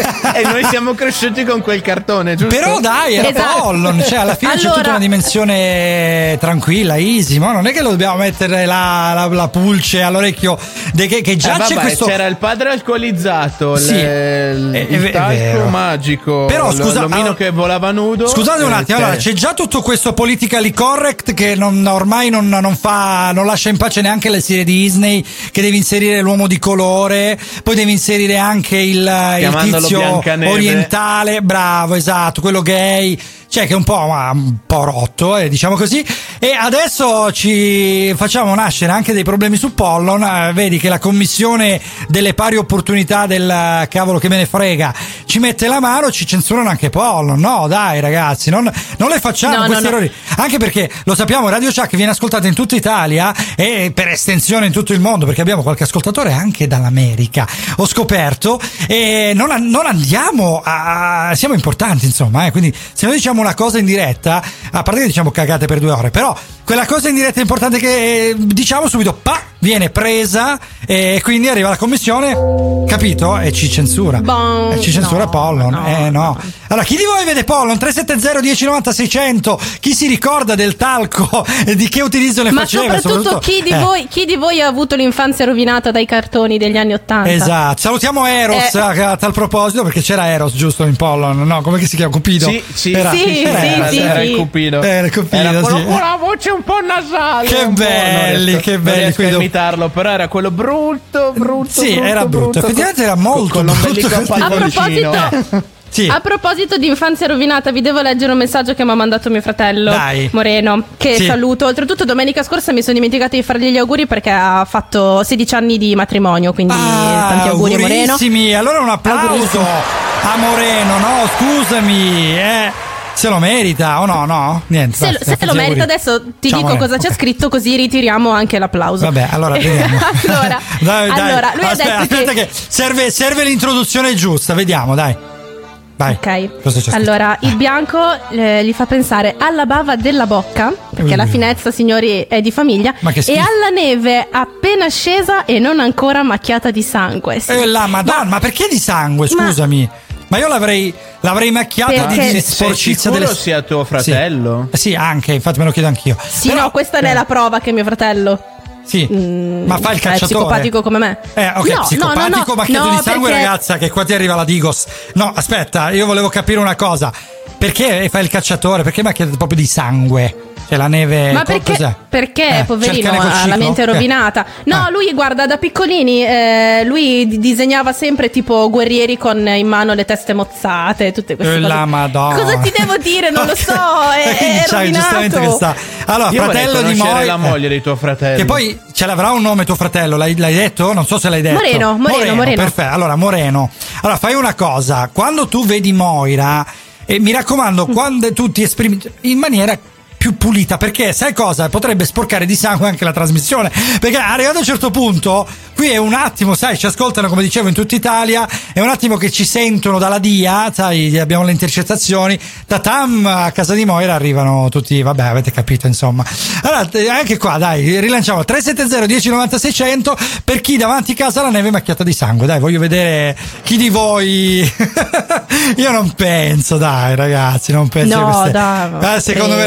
E noi siamo cresciuti con quel cartone, giusto? Però dai, era Esatto. Pollon, cioè alla fine c'è Allora- tutta una dimensione tranquilla, easy, ma non è che lo dobbiamo mettere la, la, la pulce all'orecchio, de- che, che già Eh, c'è vabbè, questo... c'era il padre alcolizzato, Sì, le- il, è- è il ve- è talco vero. magico, Però, l- scusa, l'omino allora- che volava nudo. Scusate un eh, attimo, te- allora c'è già tutto questo politically correct che non, ormai non, non fa, non lascia in pace neanche le serie Disney, che devi inserire l'uomo di colore, poi devi inserire anche il, il Chiamandolo tizio Biancaneve. orientale, bravo, esatto, quello gay. Cioè che è un po', ma un po' rotto, eh, diciamo così. E adesso ci facciamo nascere anche dei problemi su Pollon. Eh, vedi che la commissione delle pari opportunità del cavolo che me ne frega ci mette la mano, ci censurano anche Pollon. No, dai ragazzi, non, non le facciamo No, questi no, no. errori. Anche perché lo sappiamo, Radio Chuck viene ascoltata in tutta Italia e per estensione in tutto il mondo, perché abbiamo qualche ascoltatore anche dall'America. Ho scoperto e non, non andiamo a... siamo importanti, insomma, eh, quindi se noi diciamo una cosa in diretta, a parte che diciamo cagate per due ore, però quella cosa in diretta importante che eh, diciamo subito, pa, viene presa e quindi arriva la commissione, capito? E ci censura. Bon, e ci censura no, Pollon. no, eh no. Allora, chi di voi vede Pollon? tre sette zero uno zero nove zero sei zero zero. Chi si ricorda del talco e di che utilizzo ne ma faceva? soprattutto, chi, di eh. voi, chi di voi ha avuto l'infanzia rovinata dai cartoni degli anni Ottanta? Esatto, salutiamo Eros Eh. a, a tal proposito, perché c'era Eros giusto in Pollon, no? Come che si chiama? Cupido? Sì, sì, Era- Sì, era- sì, era- sì, era sì. il Cupido. Era il Cupido, Era quello sì. con la voce un po' nasale. Che un po', belli, non riesco- che non belli, riesco qui a do- imitarlo, però era quello brutto, brutto. Sì, era brutto. Effettivamente era molto con l'ombelico brutto. a A palloncino. proposito, Sì. a proposito di infanzia rovinata, vi devo leggere un messaggio che mi ha mandato mio fratello Dai. Moreno, che Sì. saluto. Oltretutto domenica scorsa mi sono dimenticata di fargli gli auguri perché ha fatto sedici anni di matrimonio, quindi Ah, tanti auguri Moreno. augurissimi. Allora un applauso Augurissimi. a Moreno, no? Scusami, eh. Se lo merita o no? No? Niente. Se, basta, se te lo fatti gli merita, auguri. adesso ti Ciao, dico Moreno. cosa c'è Ok. scritto, così ritiriamo anche l'applauso. Vabbè, allora vediamo. allora, dai, dai. allora, lui aspetta, ha detto aspetta che... che, serve, serve l'introduzione giusta, vediamo, dai. Vai. Ok, Cosa c'è scritto? allora il bianco eh, gli fa pensare alla bava della bocca, perché Uh. la finezza, signori, è di famiglia, Ma che e schifo. alla neve appena scesa e non ancora macchiata di sangue. Sì. Eh, la madonna, ma, perché di sangue, Ma- scusami? Ma, io l'avrei, l'avrei macchiata di, Perché- di Sei sporcizia sicuro delle... sia tuo fratello? Sì. sì, anche, infatti me lo chiedo anch'io. Sì, Però- no, questa ne è la prova che mio fratello Sì, ma fa il è cacciatore. psicopatico come me. Eh, ok, No, psicopatico, no, no, no. macchiato No, di sangue, perché- ragazza, che qua ti arriva la Digos. No, aspetta, io volevo capire una cosa. Perché fai il cacciatore? Perché macchiato proprio di sangue? Cioè la neve... Ma co- perché, cos'è? perché Eh, poverino, cercane col ha la ciclo? mente Eh. rovinata. No, Eh. lui guarda, da piccolini eh, lui di- disegnava sempre tipo guerrieri con in mano le teste mozzate, tutte queste Eh, cose. la Madonna. Cosa ti devo dire? Non lo so, è, è C'hai rovinato. giustamente che sta. Allora, Io vorrei fratello di conoscere Moi... la moglie di tuo fratello. Che poi ce l'avrà un nome tuo fratello, l'hai, l'hai detto? Non so se l'hai detto. Moreno, Moreno, Moreno. Perfetto, allora Moreno. Allora fai una cosa, quando tu vedi Moira, e mi raccomando, quando tu ti esprimi in maniera più pulita, perché sai cosa? Potrebbe sporcare di sangue anche la trasmissione, perché arrivato a un certo punto qui è un attimo, sai, ci ascoltano come dicevo in tutta Italia, è un attimo che ci sentono dalla D I A, sai, abbiamo le intercettazioni, tatam, a casa di Moira arrivano tutti, vabbè, avete capito, insomma. Allora anche qua dai, rilanciamo tre sette zero uno zero nove sei zero zero per chi davanti casa ha la neve macchiata di sangue. Dai, voglio vedere chi di voi. Io non penso, dai ragazzi, non penso No, che queste... dai, eh, secondo eh, me l'ha detto ma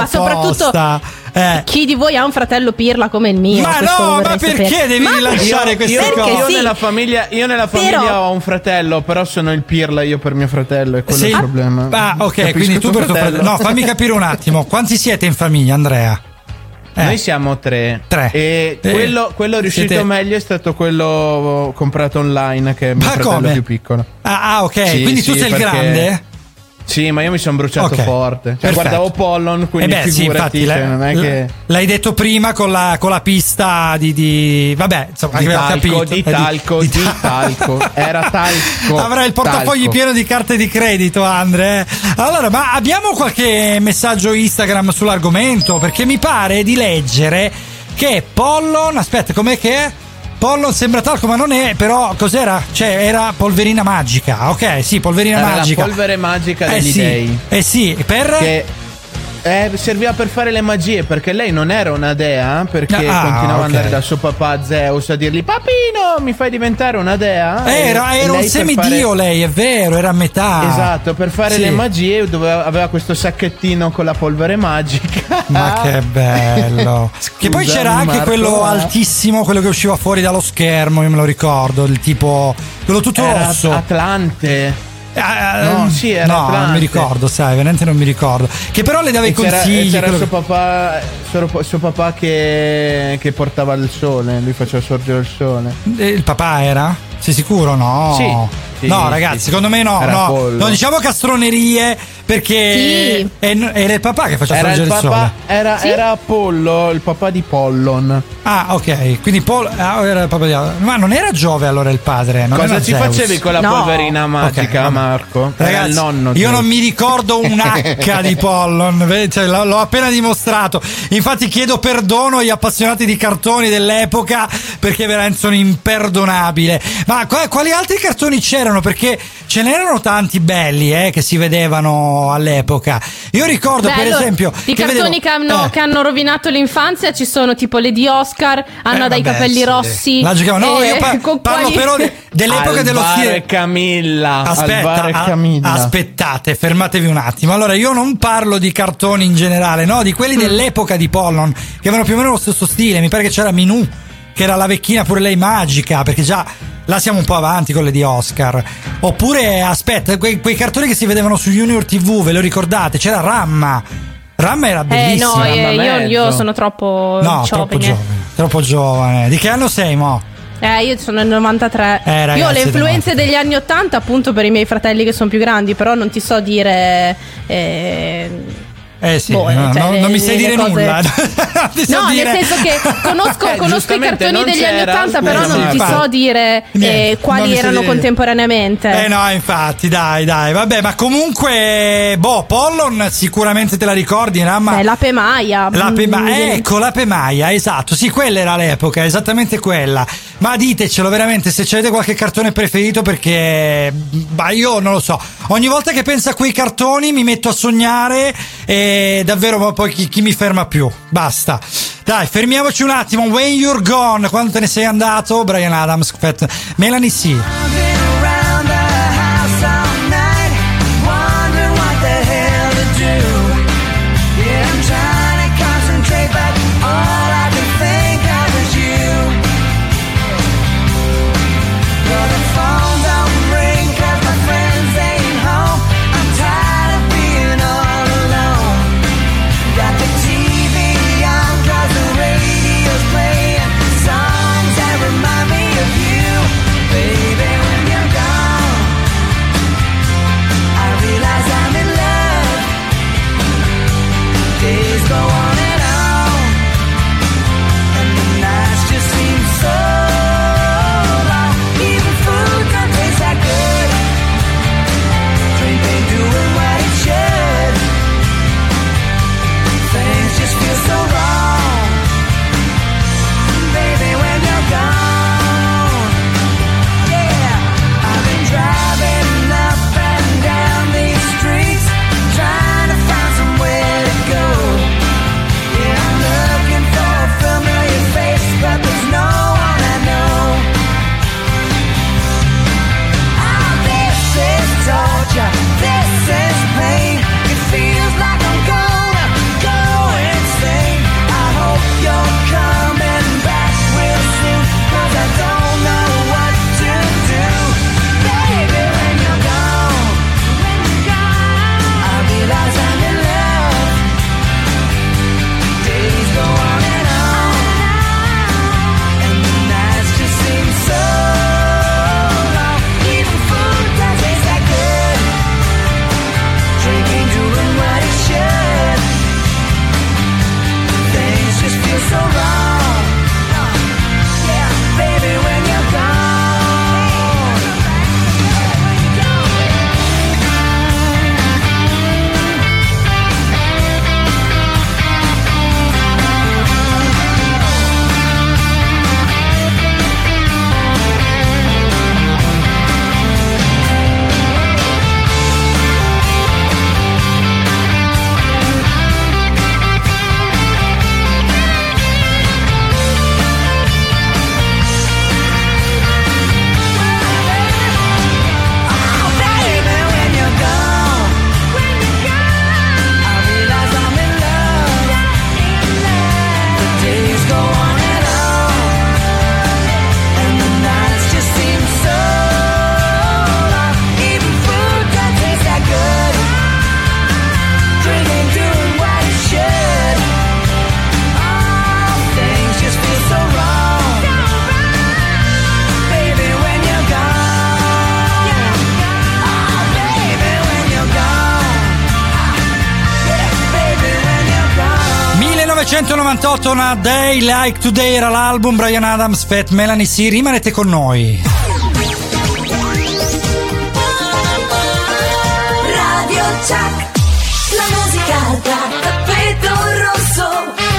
ma soprattutto Eh. chi di voi ha un fratello pirla come il mio? Ma Questo no, lo ma vorrei perché sapere. devi Ma rilanciare io, queste io, cose? io Sì. nella famiglia, io nella famiglia Però- ho un fratello, però sono il pirla io per mio fratello, e quello Sì. è il problema. Ah, ok, Capisco quindi tu per tuo fratello. No, fammi capire un attimo. Quanti siete in famiglia, Andrea? Eh. Noi siamo tre. Tre. E Eh. quello, quello riuscito Siete- meglio è stato quello comprato online, che è mio Ma fratello come? più piccolo. Ah, ah, ok, Sì, quindi tu sì, sei il perché- grande? Sì, ma io mi sono bruciato Ok, forte. Cioè, perfetto. guardavo Pollon, quindi Eh beh, sì, figurati, infatti, cioè, l'hai, non è che... l'hai detto prima con la, con la pista di, di vabbè, insomma, Di abbiamo talco, capito. di Eh, talco, di talco. Era talco. Avrai il portafogli Talco. pieno di carte di credito, Andre. Allora, ma abbiamo qualche messaggio Instagram sull'argomento? Perché mi pare di leggere che Pollon, aspetta, com'è che è? Pollon sembra talco, ma non è, però cos'era? Cioè, era polverina magica. Ok, sì, polverina Era magica. la polvere magica eh degli sì, dei. Eh sì, per Che eh, serviva per fare le magie, perché lei non era una dea, perché Ah, continuava ok. ad andare dal suo papà Zeus a dirgli: papino, mi fai diventare una dea? Eh, era, E era un lei per semidio fare- lei, è vero, era a metà. Esatto, per fare Sì. le magie doveva, aveva questo sacchettino con la polvere magica. Ma che bello. Che poi c'era anche Marco, quello eh. altissimo, quello che usciva fuori dallo schermo, io me lo ricordo, il tipo quello tutto Era rosso. Atlante. Ah, No, sì, era no, non Atlante. mi ricordo, sai, veramente non mi ricordo. Che però le dava i E c'era, consigli. e c'era quello suo che- papà, suo, suo papà che, che portava il sole, lui faceva sorgere il sole. Eh, Il papà era? Sei sicuro? No. Sì, sì, no, sì, ragazzi, sì. secondo me no. Era No. pollo. Non diciamo castronerie perché Sì. è- era il papà che faceva Era il sorgere il, papà, sole. era, Sì. era Apollo, il papà di Pollon. Ah, ok. Quindi Paul, ah, era il papà di... Ma non era Giove allora il padre? Non Cosa era ci Zeus. facevi con la No. polverina magica, Ok, vabbè. Marco? Era Ragazzi, il nonno. io tu. non mi ricordo un H di Pollon, ve- cioè, l'ho, l'ho appena dimostrato. Infatti chiedo perdono agli appassionati di cartoni dell'epoca perché veramente sono imperdonabile. Ma qua- quali altri cartoni c'erano? Perché ce n'erano tanti belli eh, che si vedevano all'epoca. Io ricordo Beh, per allora, esempio di che cartoni vedevo- che, hanno, eh. che hanno rovinato l'infanzia ci sono tipo le di Oscar, hanno Eh, dai vabbè, capelli sì. rossi. La giocavano- no, eh, io pa- con parlo quali- però de- dell'epoca dello Alvaro stile. e Camilla. Aspetta, Alvaro e a- Camilla. aspettate, fermatevi un attimo. Allora, io non parlo di cartoni in generale, no, di quelli dell'epoca di Pollon, che avevano più o meno lo stesso stile. Mi pare che c'era Minù, che era la vecchina pure lei magica, perché già là siamo un po' avanti con le di Oscar. Oppure, aspetta, quei, quei cartoni che si vedevano su Junior tivù, ve lo ricordate? C'era Ramma. Ramma era Eh bellissima. no, eh, io, mezzo. io sono troppo No, troppo giovane. giovane. Troppo giovane. Di che anno sei, mo? Eh, io sono nel novantatré. Eh, ragazzi, io ho le del influenze novantatré. degli anni ottanta appunto per i miei fratelli che sono più grandi, però non ti so dire. Eh, Eh sì, boh, no, cioè, no, le- non mi sai le dire cose- nulla. Non ti so No, dire. nel senso che conosco, Eh, conosco i giustamente cartoni non degli anni c'era, ottanta, però scusa, non ti infatti. so dire Niente, eh, non quali mi sai erano dire. contemporaneamente. Eh no, infatti, dai, dai, vabbè, ma comunque, boh, Pollon sicuramente te la ricordi, Ramma? Beh, l'ape Maia. L'ape Mm, Maia, ecco, l'ape Maia, esatto, sì, quella era l'epoca, esattamente quella. Ma ditecelo veramente se avete qualche cartone preferito, perché, bah, io non lo so. Ogni volta che penso a quei cartoni mi metto a sognare e davvero ma poi chi, chi mi ferma più? Basta. Dai, fermiamoci un attimo. When You're Gone, quando te ne sei andato? Bryan Adams, aspetta. Melanie C. Baby, when you millenovecentonovantotto, Una Day Like Today era l'album. Bryan Adams, Fat Melanie C. Rimanete con noi. Radio Chuck, la musica da tappeto rosso.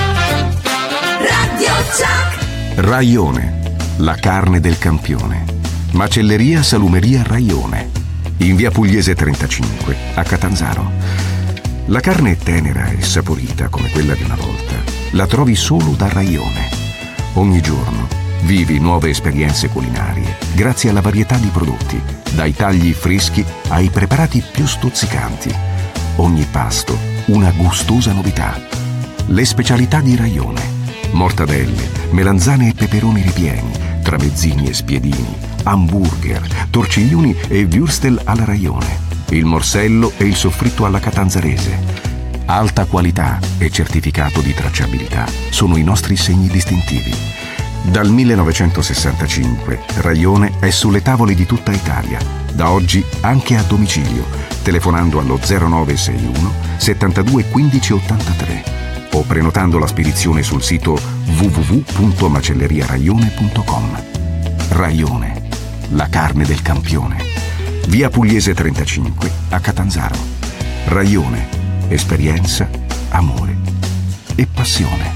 Radio Chuck. Raione, la carne del campione. Macelleria Salumeria Raione, in via Pugliese trentacinque, a Catanzaro. La carne è tenera e saporita come quella di una volta. La trovi solo da Raione. Ogni giorno vivi nuove esperienze culinarie grazie alla varietà di prodotti, dai tagli freschi ai preparati più stuzzicanti. Ogni pasto una gustosa novità. Le specialità di Raione: mortadelle, melanzane e peperoni ripieni, tramezzini e spiedini, hamburger, torciglioni e würstel alla Raione, il morsello e il soffritto alla catanzarese. Alta qualità e certificato di tracciabilità sono i nostri segni distintivi. Dal millenovecentosessantacinque Raione è sulle tavole di tutta Italia, da oggi anche a domicilio, telefonando allo zero nove sei uno settantadue quindici ottantatré o prenotando la spedizione sul sito w w w punto macelleriaraione punto com. Raione, la carne del campione. Via Pugliese trentacinque, a Catanzaro. Raione, esperienza, amore e passione.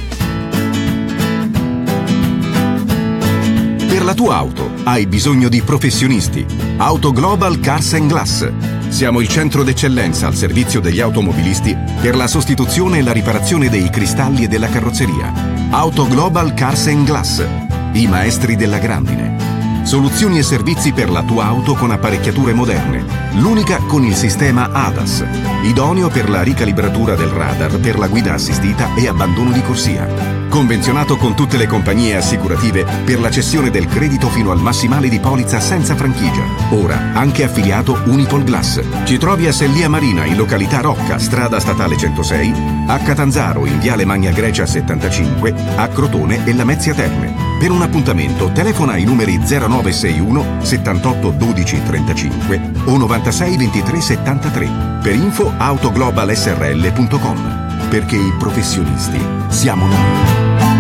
Per la tua auto hai bisogno di professionisti. Auto Global Cars and Glass. Siamo il centro d'eccellenza al servizio degli automobilisti per la sostituzione e la riparazione dei cristalli e della carrozzeria. Auto Global Cars and Glass, i maestri della grandine. Soluzioni e servizi per la tua auto con apparecchiature moderne, l'unica con il sistema A D A S, idoneo per la ricalibratura del radar per la guida assistita e abbandono di corsia. Convenzionato con tutte le compagnie assicurative per la cessione del credito fino al massimale di polizza senza franchigia. Ora anche affiliato Unipol Glass. Ci trovi a Sellia Marina in località Rocca, strada statale centosei, a Catanzaro in viale Magna Grecia settantacinque, a Crotone e Lamezia Terme. Per un appuntamento telefona ai numeri zero nove sei uno settantotto dodici trentacinque o novantasei ventitré settantatré. Per info autoglobal s r l punto com. Perché i professionisti siamo noi.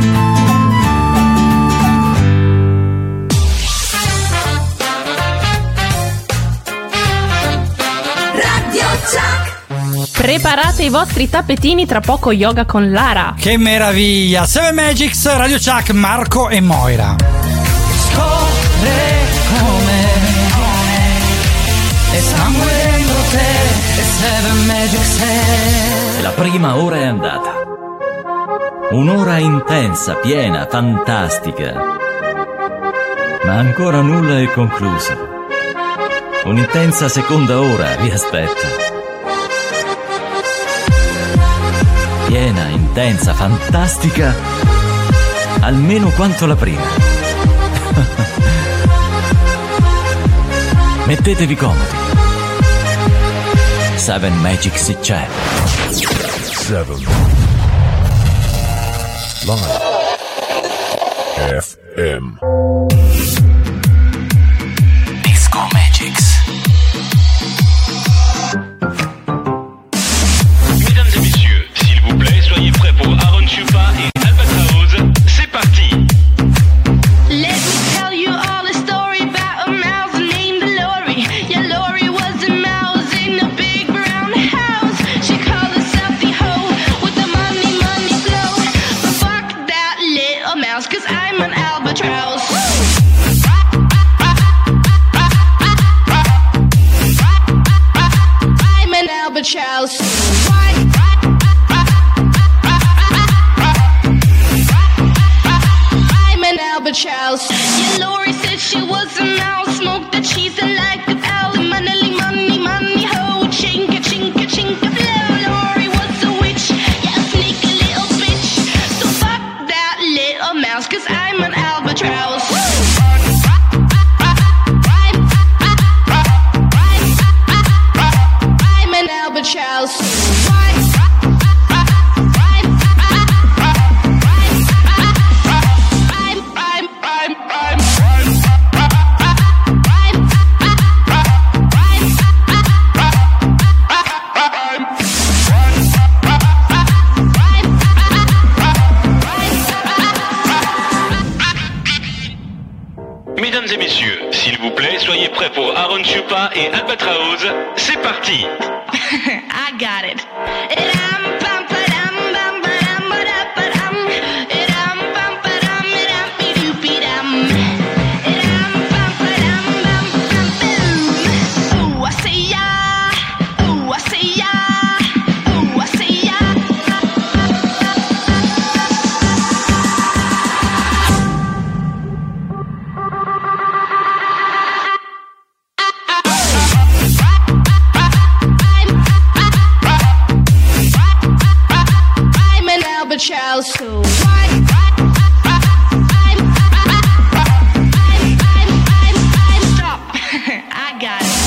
Preparate i vostri tappetini, tra poco yoga con Lara. Che meraviglia! Seven Magics, Radio Chuck, Marco e Moira. Scopre come e sangue dentro te e Seven Magics è. La prima ora è andata. Un'ora intensa, piena, fantastica. Ma ancora nulla è concluso. Un'intensa seconda ora vi aspetta. Piena, intensa, fantastica, almeno quanto la prima. Mettetevi comodi. Seven Magics c'è. Seven Live F M Disco Magics. Mesdames et messieurs, s'il vous plaît, soyez prêts pour Aaron Chupa et Albatraoz. C'est parti. Let me tell you all the story about a mouse named Lori. Yeah, Lori was a mouse in a big brown house. She called herself the hoe with the money, money flow. But fuck that little mouse, cause I'm an albatross. I'm an albatross. I'm an albatross. Yeah, Lori said she was a mouse, smoked the cheese and like a owl. Money, money, money, ho, chinka, chinka, chinka, flow. Lori was a witch, yeah, a sneaky little bitch. So fuck that little mouse, cause I'm an albatross. I'm an albatross. I'm Mesdames et messieurs, s'il vous plaît, soyez prêts pour Aaron Chupa et Albatraoz. C'est parti. I got it. Charles too. Stop. I got it.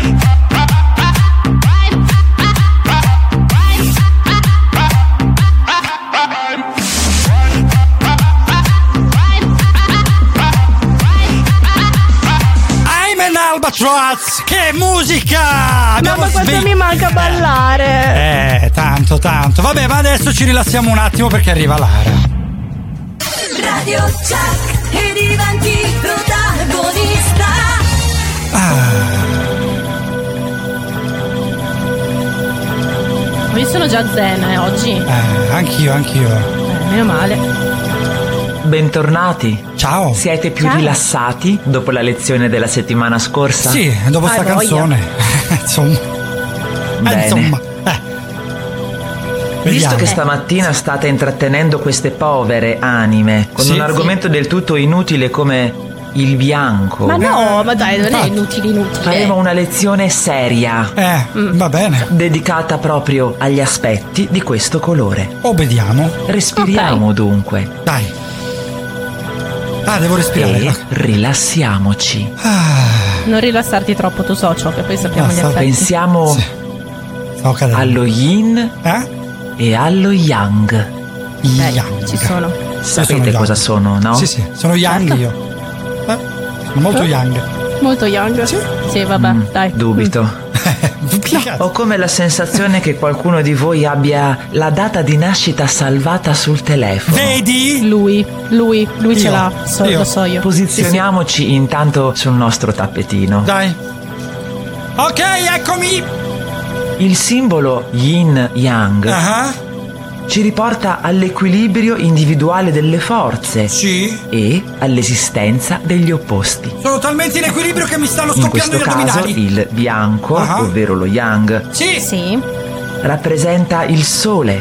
I'm an Albatroz. Che musica! Abbiamo Mamma, quanto sve- mi manca ballare. Eh, tanto, tanto. Vabbè, ma adesso ci rilassiamo un attimo perché arriva Lara. Radio Chuck e diventi protagonista. Io sono già zen eh, oggi. Eh, anch'io, anch'io. Eh, meno male. Bentornati. Ciao. Siete più Ciao. rilassati dopo la lezione della settimana scorsa? Sì, dopo Ah, sta voglia. canzone. Insomma. Eh, Bene. insomma. Eh. Visto Vediamo. che stamattina state intrattenendo queste povere anime con Sì. un argomento del tutto inutile come il bianco, Ma no, ma dai, non è infatti. inutile, inutile. faremo una lezione seria Eh, va bene. dedicata proprio agli aspetti di questo colore. Obbediamo. Respiriamo dunque Dai. Ah, devo respirare. e rilassiamoci. Non rilassarti troppo, tu socio, che poi sappiamo No, gli stavo effetti. Pensiamo Sì. Stavo cadendo. allo yin Eh? e allo yang. Beh, Yang. ci sono. Sapete sono cosa yang. sono, no? Sì, sì, sono young Certo. io. Eh? Sono molto young. Molto young. Sì. Sì, vabbè, Mm, dai. Dubito. Ho come la sensazione che qualcuno di voi abbia la data di nascita salvata sul telefono. Vedi? Lui, lui, lui ce Io. l'ha, so- Io. lo so io. Posizioniamoci intanto sul nostro tappetino. Dai. Ok, eccomi. Il simbolo yin yang Ah, ci riporta all'equilibrio individuale delle forze sì. e all'esistenza degli opposti. Sono talmente in equilibrio che mi stanno In scoppiando questo gli caso addominali. il bianco, Ah. ovvero lo yang, Sì. Sì. rappresenta il sole,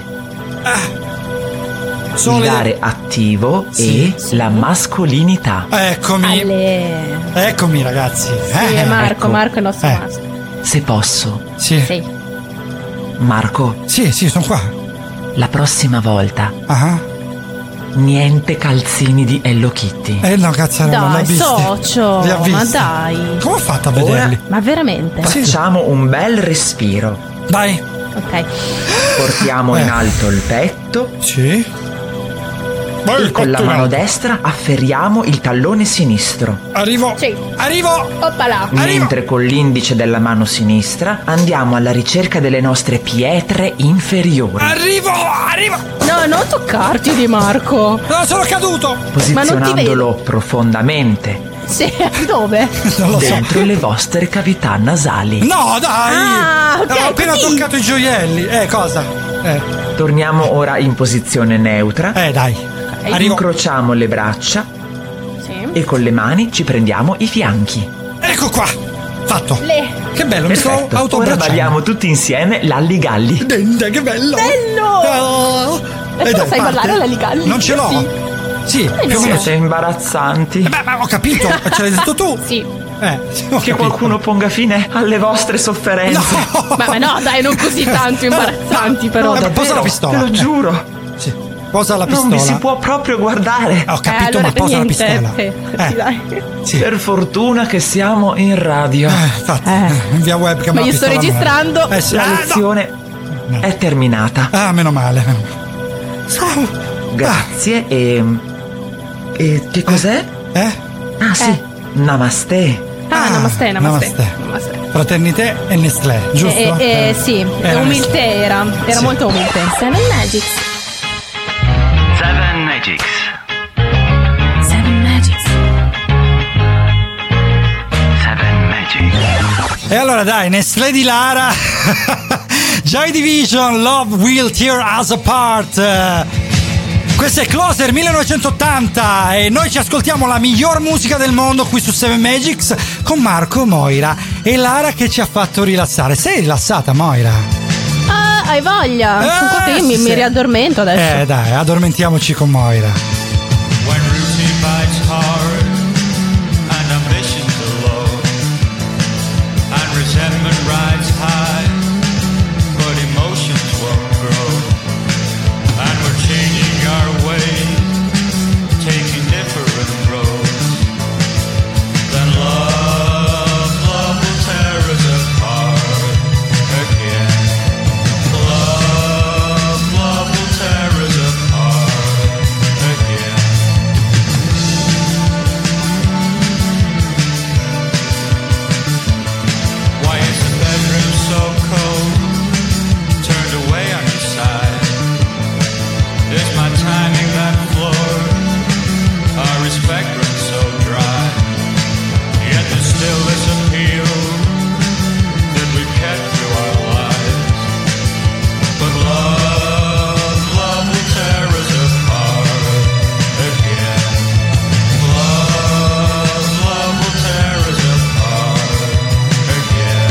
Sole. il dare attivo Sì, e la mascolinità. Eccomi. Ale. Eccomi, ragazzi. Sì, Eh, è Marco, ecco. Marco è il nostro Eh. maschio. Se posso, Sì. Sì. Marco, Sì, sì, sono qua. la prossima volta Ah. niente calzini di Hello Kitty. Eh no, cazzo, non li ho Dai, visti. socio, Li ho ma visti. dai. Come ho fatto a Ora- vederli? Ma veramente? Facciamo un bel respiro. Dai. Ok. Portiamo Eh. in alto il petto Sì. e con la mano destra afferriamo il tallone sinistro. Arrivo. Sì. Arrivo. Oppala. Mentre con l'indice della mano sinistra andiamo alla ricerca delle nostre pietre inferiori, Arrivo. Arrivo. No, non toccarti di Marco. No, sono caduto. posizionandolo profondamente Sì, dove? Non lo so. dentro le vostre cavità nasali. No, dai. Ah, ok, Ho appena così. toccato i gioielli. Eh, cosa? Eh, Torniamo ora in posizione neutra. eh dai. Arrivo. Incrociamo le braccia Sì. e con le mani ci prendiamo i fianchi. Ecco qua. Fatto. Le. Che bello, mi sto Perfetto. Ora autoabbracciando. balliamo tutti insieme l'Alli Galli. Dende, che bello. Bello! Oh. E tu dai, sai parte. ballare la Ligalli? Non ce l'ho. Sì. Sì, più o meno. Siete imbarazzanti. Eh, beh, ma ho capito, ce l'hai detto tu. Sì. Eh, sì, ho Che capito. qualcuno ponga fine alle vostre sofferenze. No. Ma, ma no, dai, non così tanto imbarazzanti, però. No, davvero, posa la pistola. Te lo giuro. Sì. Posa la Non pistola. vi si può proprio guardare. Ho capito, Eh, allora ma posa niente, la pistola. sì, Eh, dai. sì. Per fortuna che siamo in radio. Eh, infatti, Eh. via webcam. Ma la io sto pistola registrando. nuova. Eh, sì. La Ah, no. lezione è terminata. Ah, meno male. Grazie e... E che cos'è? Eh? Ah sì, Eh. Namaste. Ah, namaste, namaste. namaste. Namaste. Fraternité e Nestlé, giusto? Eh, eh, sì, Era umiltà era. Era Sì. molto umiltà. Seven Magics. Seven Magics. Seven Magics. E allora dai, Nestlé di Lara, Joy Division, Love Will Tear Us Apart. Questo è Closer millenovecentottanta e noi ci ascoltiamo la miglior musica del mondo qui su Seven Magics con Marco, Moira e Lara che ci ha fatto rilassare. Sei rilassata, Moira? Ah, hai voglia? Eh, Sono qua che io mi, sì. mi riaddormento adesso. Eh dai, addormentiamoci con Moira. When routine bites hard and ambitions are low and resentment rides high, but emotions won't grow, and we're changing our ways, taking different roads. Then love, love will tear us apart again. Love, love will tear us apart again. Why is the bedroom so cold? Turned away on your side. Is my timing that floored? Our respect runs so dry. Yet there's still this appeal that we've kept through our lives. But love, love will tear us apart again. Love, love will tear us apart again.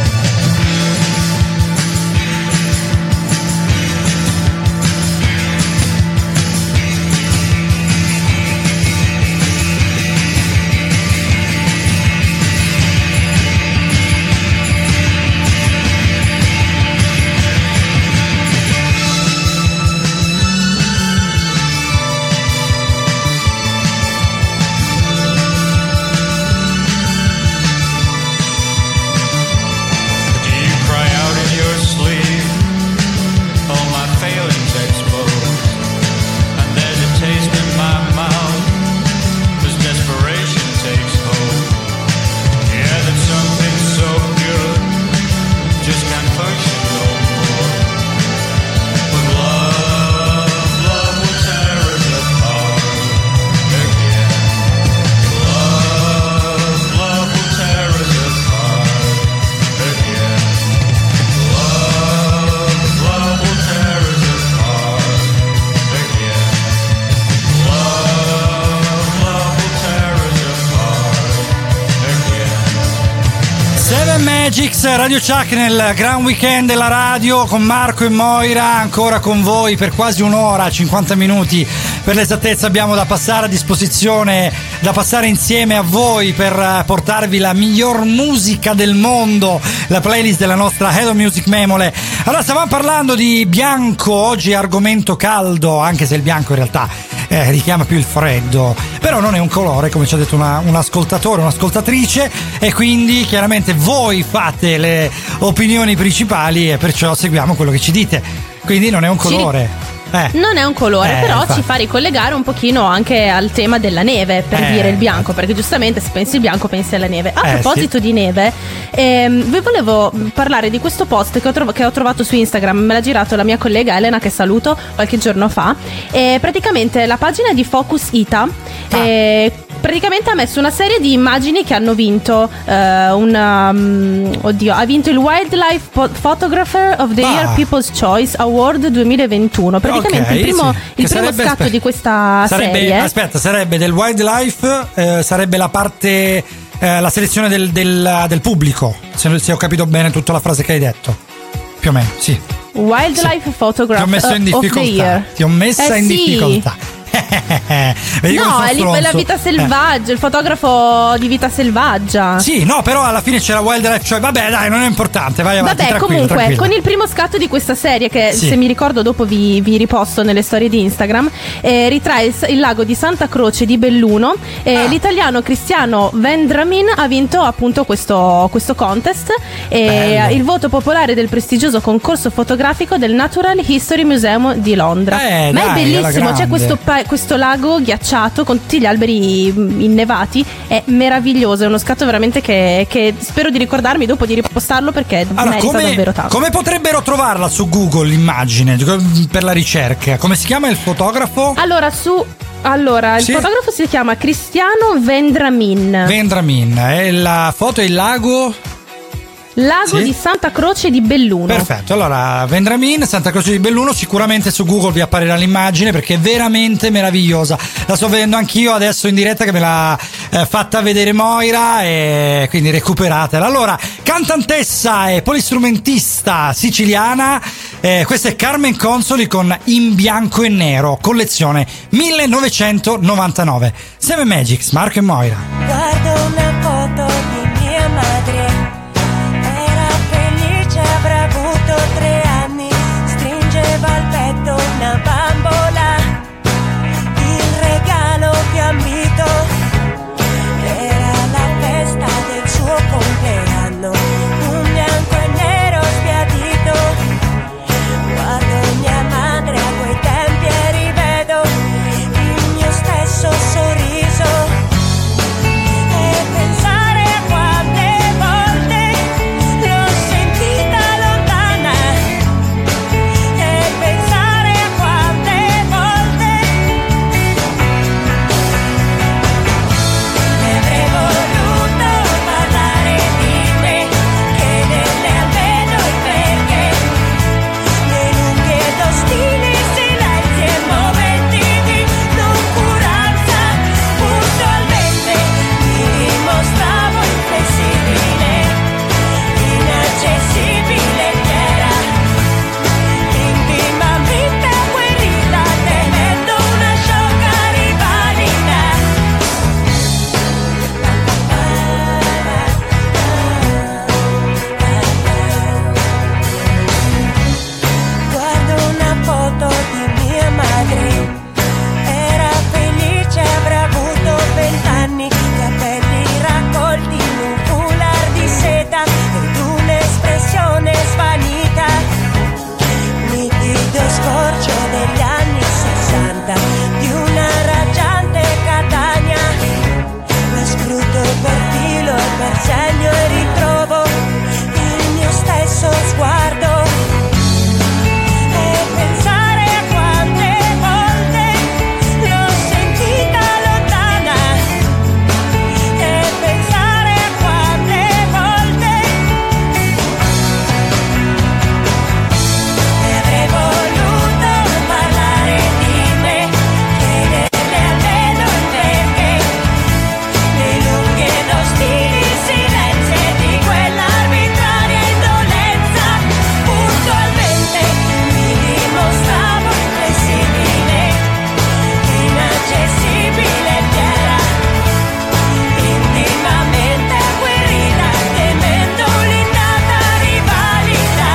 Do you cry out in your sleep? All my failings exposed, and there's a taste in my mouth as desperation takes hold. Yeah, that something so good just can't function no more. But love, love will tear us apart again. Love, love will tear us apart again. Love, love will tear us apart again. Love, love will tear us apart again. Seven Magics, Radio Chuck nel gran weekend della radio con Marco e Moira, ancora con voi per quasi un'ora, cinquanta minuti per l'esattezza abbiamo da passare a disposizione, da passare insieme a voi per eh, portarvi la miglior musica del mondo, la playlist della nostra Hello Music Memole. Allora stavamo parlando di bianco, oggi argomento caldo, anche se il bianco in realtà eh, richiama più il freddo, però non è un colore come ci ha detto una, un ascoltatore, un'ascoltatrice, e quindi chiaramente voi fate le opinioni principali e perciò seguiamo quello che ci dite, quindi non è un colore. Eh. Non è un colore, Eh, però infatti. ci fa ricollegare un pochino anche al tema della neve, per Eh, dire il bianco, perché giustamente se pensi il bianco pensi alla neve. A Eh, proposito sì. di neve, ehm, vi volevo parlare di questo post che ho, trov- che ho trovato su Instagram, me l'ha girato la mia collega Elena, che saluto, qualche giorno fa. E praticamente la pagina di Focus Ita eh, praticamente ha messo una serie di immagini che hanno vinto eh, una, um, oddio, ha vinto il Wildlife Po- Photographer of the Ah. Year People's Choice Award duemilaventuno. Praticamente Ok, il primo, sì. il Che primo sarebbe- scatto aspe- di questa sarebbe, serie. Aspetta, sarebbe del wildlife, eh, sarebbe la parte, eh, la selezione del, del, del pubblico, se, se ho capito bene tutta la frase che hai detto. Più o meno, sì. Wildlife Ti Photographer ho messo in of the difficoltà. Year. Ti ho messa Eh in sì. difficoltà. Vedi come No, sono è lì quella stronzo. vita selvaggia, il fotografo di vita selvaggia. Sì, no, però alla fine c'è la wildlife, cioè vabbè, dai, non è importante, vai avanti, Vabbè, tranquillo, comunque, tranquillo. con il primo scatto di questa serie, che Sì. se mi ricordo dopo vi, vi riposto nelle storie di Instagram, eh, ritrae il, il lago di Santa Croce di Belluno. Eh, Ah. L'italiano Cristiano Vendramin ha vinto appunto questo, questo contest. E Bello. il voto popolare del prestigioso concorso fotografico del Natural History Museum di Londra. Eh, Ma dai, è alla bellissimo, grande. c'è questo, pa- questo lago ghiacciato con tutti gli alberi mm, innevati, è meraviglioso, è uno scatto veramente che, che spero di ricordarmi dopo di ripostarlo, perché Allora, merita come, davvero tanto. come potrebbero trovarla su Google l'immagine per la ricerca? Come si chiama il fotografo? Allora, su allora, il Sì. fotografo si chiama Cristiano Vendramin. Vendramin. E la foto è il lago? Lago Sì? di Santa Croce di Belluno. Perfetto, allora Vendramin, Santa Croce di Belluno, sicuramente su Google vi apparirà l'immagine perché è veramente meravigliosa. La sto vedendo anch'io adesso in diretta che me l'ha eh, fatta vedere Moira, e quindi recuperatela. Allora, cantantessa e polistrumentista siciliana, eh, questa è Carmen Consoli con In bianco e nero, collezione millenovecentonovantanove. Seven Magics, Marco e Moira. Guardo una foto di mia madre, era felice, avrà avuto tre anni, stringeva al petto una bambola, il regalo più ambito, era la festa del suo compleanno, un bianco e nero sbiadito, guardo mia madre a quei tempi e rivedo il mio stesso sorriso. E pensare a quante volte l'ho sentita lontana, e pensare a quante volte ne avrei voluto parlare di me, chiederle almeno il perché, nei lunghi ed ostili silenzi e momenti di noncuranza, puntualmente mi dimostravo inflessibile, inaccessibile ed era intimamente agguerrita, temendo una sciocca rivalità. Guardo una foto di mia madre, era felice, avrà avuto vent'anni, capelli raccolti in un foulard di seta ed un'espressione svanita, nitido scorcio degli anni sessanta, di una raggiante Catania, la scruto per filo e per segno e ritrovo il mio stesso sguardo. E pensare a quante volte l'ho sentita lontana, e pensare a quante volte ne avrei voluto parlare di me, chiederle almeno il perché, nei lunghi ed ostili silenzi di quell'arbitraria indolenza, puntualmente mi dimostravo inflessibile, inaccessibile ed era intimamente agguerrita, temendo l'indata rivalità.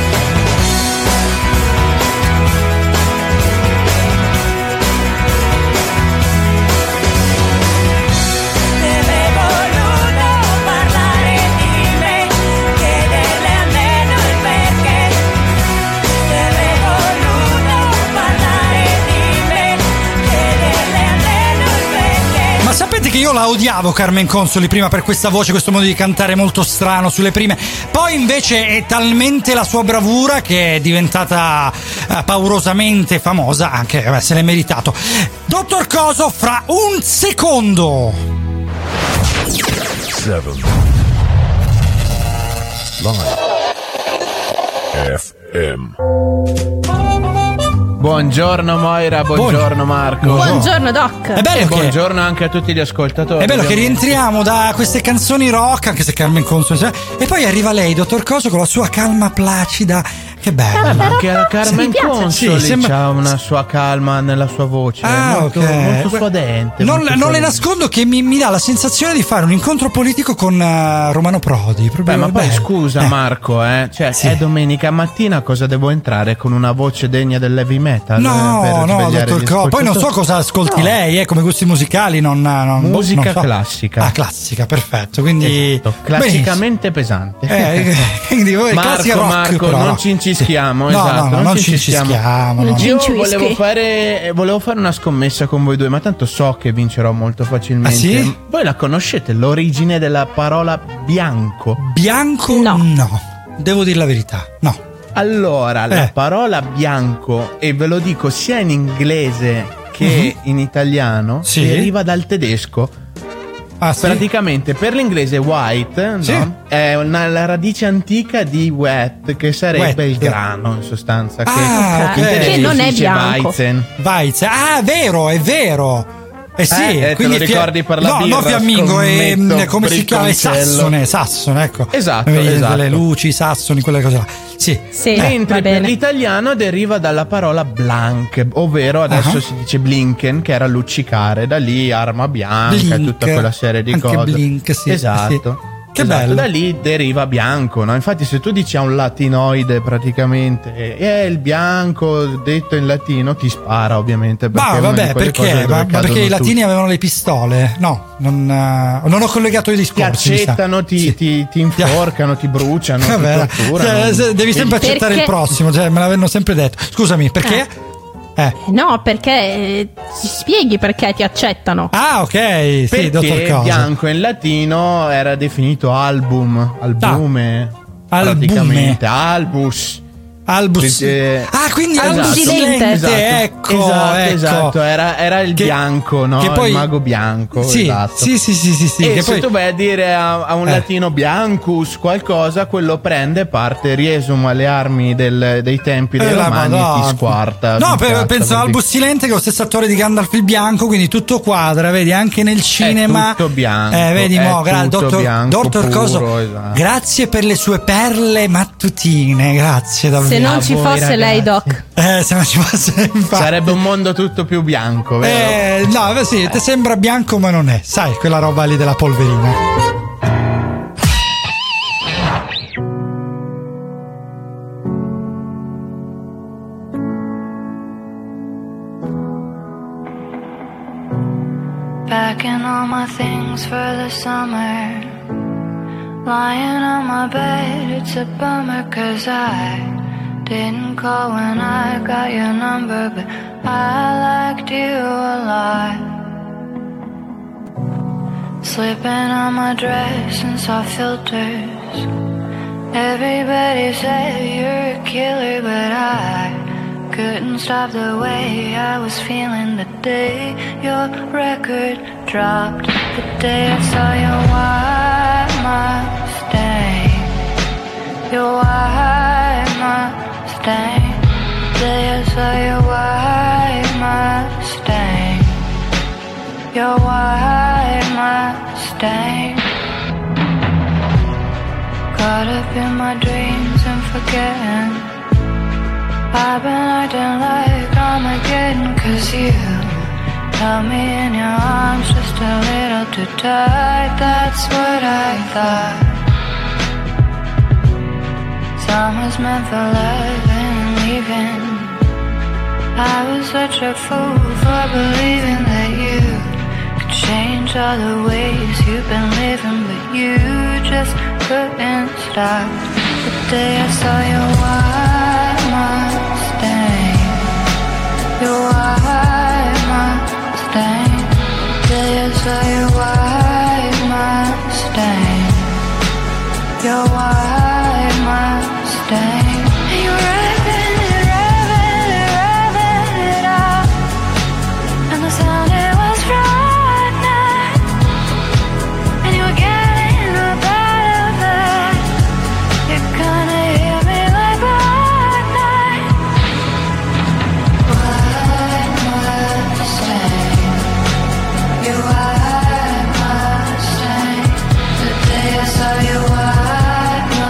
Ne avrei voluto parlare di me, chiederle almeno il perché, ne avrei voluto parlare di me, chiederle almeno il perché. Ma sapete che io la odiavo Carmen Consoli prima per questa voce, questo modo di cantare molto strano sulle prime, poi invece è talmente la sua bravura che è diventata eh, paurosamente famosa, anche vabbè, se l'è meritato. Dottor Coso fra un secondo. Seven. Live. F M. Buongiorno Moira, buongiorno Marco. Buongiorno Doc. È bello E che- buongiorno anche a tutti gli ascoltatori. È bello che ovviamente. rientriamo da queste canzoni rock, anche se Carmen Consoli, e poi arriva lei, Dottor Coso, con la sua calma placida. Che bello. Eh, ma anche la Carmen mi piace. Consoli Sì, sembra- ha una sua calma nella sua voce, Ah, molto, ok. molto suadente. Non, molto non le suadente. nascondo che mi, mi dà la sensazione di fare un incontro politico con eh, Romano Prodi. Proprio Beh, ma poi bello. scusa Eh. Marco, eh, cioè Sì. è domenica mattina, cosa devo entrare con una voce degna dell'heavy metal? eh, No, per no, svegliare dottor gli Co. Poi non so ascoltatori? cosa ascolti No. lei, eh, come gusti musicali. Non, non, Musica non so. classica. Ah, classica, perfetto. Quindi Esatto, classicamente pesante. Eh, quindi voi Marco, classica rock, Marco, però, non no. ci incischiamo, Sì. No, esatto, no, no, non ci incischiamo, no. Io Cincischi. volevo fare, volevo fare una scommessa con voi due, ma tanto so che vincerò molto facilmente. Ah, sì? Voi la conoscete l'origine della parola bianco? Bianco? No. No. Devo dire la verità. No. Allora, la Eh. parola bianco, e ve lo dico sia in inglese che Mhm. in italiano, Sì. deriva dal tedesco. Ah, sì? Praticamente per l'inglese white, no? Sì. È una la radice antica di wet, che sarebbe Wet. il grano in sostanza. Ah, che, ok. Che non è si dice bianco. Weizen. Weizen. Ah, è vero, è vero. Eh sì, Eh, eh, te quindi lo ricordi per la no, birra, no, Fiammingo, è, scommetto, come si chiama? È Bricconcello. Sassone, Sassone, ecco. Esatto, Eh, esatto. Le luci, Sassoni, quelle cose là. Sì. Sì, Mentre va per bene. l'italiano deriva dalla parola blank, ovvero adesso Ah. si dice blinken, che era luccicare, da lì arma bianca, Blink. tutta quella serie di Anche cose. Blink, sì, Esatto. sì. Che Esatto, bello. da lì deriva bianco, no? Infatti se tu dici a un latinoide praticamente è il bianco detto in latino, ti spara ovviamente, perché Ma è una di vabbè, quelle cose perché? dove Ma, ma cadono perché i tutti. latini avevano le pistole? No, non, eh, non ho collegato i Ti discorsi. mi sa. accettano, ti, Sì. ti, ti inforcano, ti bruciano, Vabbè, ti torturano. cioè, se- devi sempre Perché- accettare il prossimo, cioè, me l'avevano sempre detto. Scusami, perché? Eh. No, perché eh, ci spieghi perché ti accettano. Ah, ok, sì, dottor Perché Cosa. bianco in latino era definito album, albume, Albume. praticamente albus. Albus. Eh, Ah, quindi esatto. albus silente, Esatto. ecco, esatto, ecco. esatto, era, era il Che- bianco, no? che poi- Il mago bianco, Sì, esatto. sì, sì, sì, sì, sì, E che se poi- tu vai a dire a, a un Eh. latino biancus qualcosa, quello prende parte, riesuma le armi del- dei tempi dei Eh, la romani e Madonna. ti squarta. No, ti per- incazza, penso perché- Albus Silente, che è lo stesso attore di Gandalf il Bianco, quindi tutto quadra, vedi, anche nel cinema. tutto bianco, Eh, vedi, è mo, gra- tutto dottor, bianco dottor puro, Coso, esatto. grazie per le sue perle mattutine, grazie davvero. Se non A ci voi, fosse ragazzi. lei, Doc. Eh, se non ci fosse infatti. Sarebbe un mondo tutto più bianco, vero? Eh, no, beh, sì, ti sembra bianco ma non è, sai, quella roba lì della polverina. Packing all my things for the summer. Lying on my bed, it's a bummer, cause I didn't call when I got your number, but I liked you a lot. Slipping on my dress and saw filters. Everybody said you're a killer, but I couldn't stop the way I was feeling the day your record dropped. The day I saw your white Mustang, your white Mustang. The day I saw your white Mustang, your white Mustang. Caught up in my dreams and forgetting I've been acting like Armageddon, cause you held me in your arms just a little too tight. That's what I thought. Summer's meant for loving and leaving. I was such a fool for believing that you could change all the ways you've been living, but you just couldn't stop. The day I saw your white Mustang, your white Mustang. The day I saw your white Mustang, your white Mustang. And you were revving it, revving it, revving it up, and the sound it was frightening. And you were getting up out of bed. You kinda hit me like Black Knight. White Mustang, your white Mustang. The day I saw your white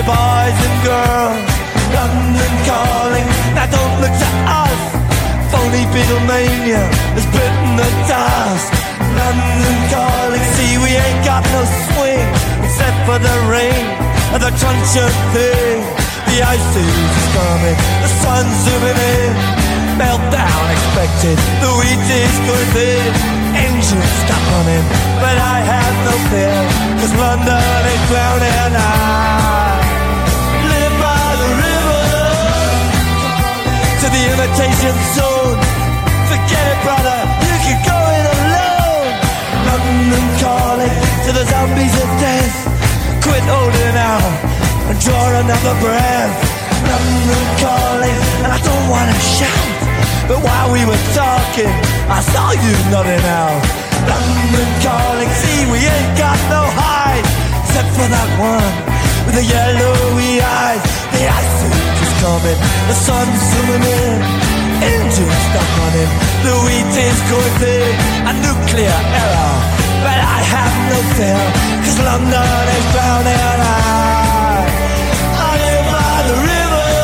boys and girls. London calling, now don't look to us. Phony Beatlemania has bitten the dust. London calling, see we ain't got no swing except for the rain and the crunch of thing. The ice age is coming, the sun's zooming in. Meltdown expected, the wheat is going thin. Engines stop running, but I have no fear, cause London is drowning and I live by the river to the imitation zone. Forget it, brother, you can go it alone. London calling to the zombies of death. Quit holding out and draw another breath. London calling, and I don't wanna shout, but while we were talking, I saw you nodding out. London calling, see we ain't got no hide, except for that one with the yellowy eyes. The ice age is coming, the sun's zooming in. Engines stop running, the wheat is going thin. A nuclear error, but I have no fear, cause London is drowning and I, I live by the river.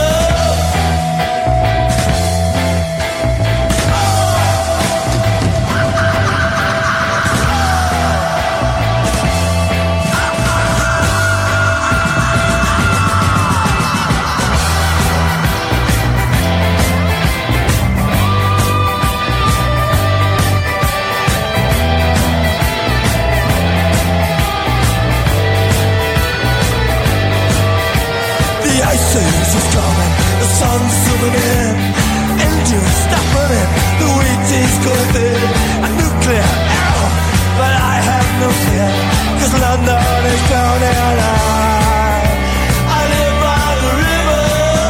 The ice is coming, the sun's zooming in. Engines stop running, the wheat is going thin. A nuclear error, but I have no fear, cause London is drowning and I, I live by the river.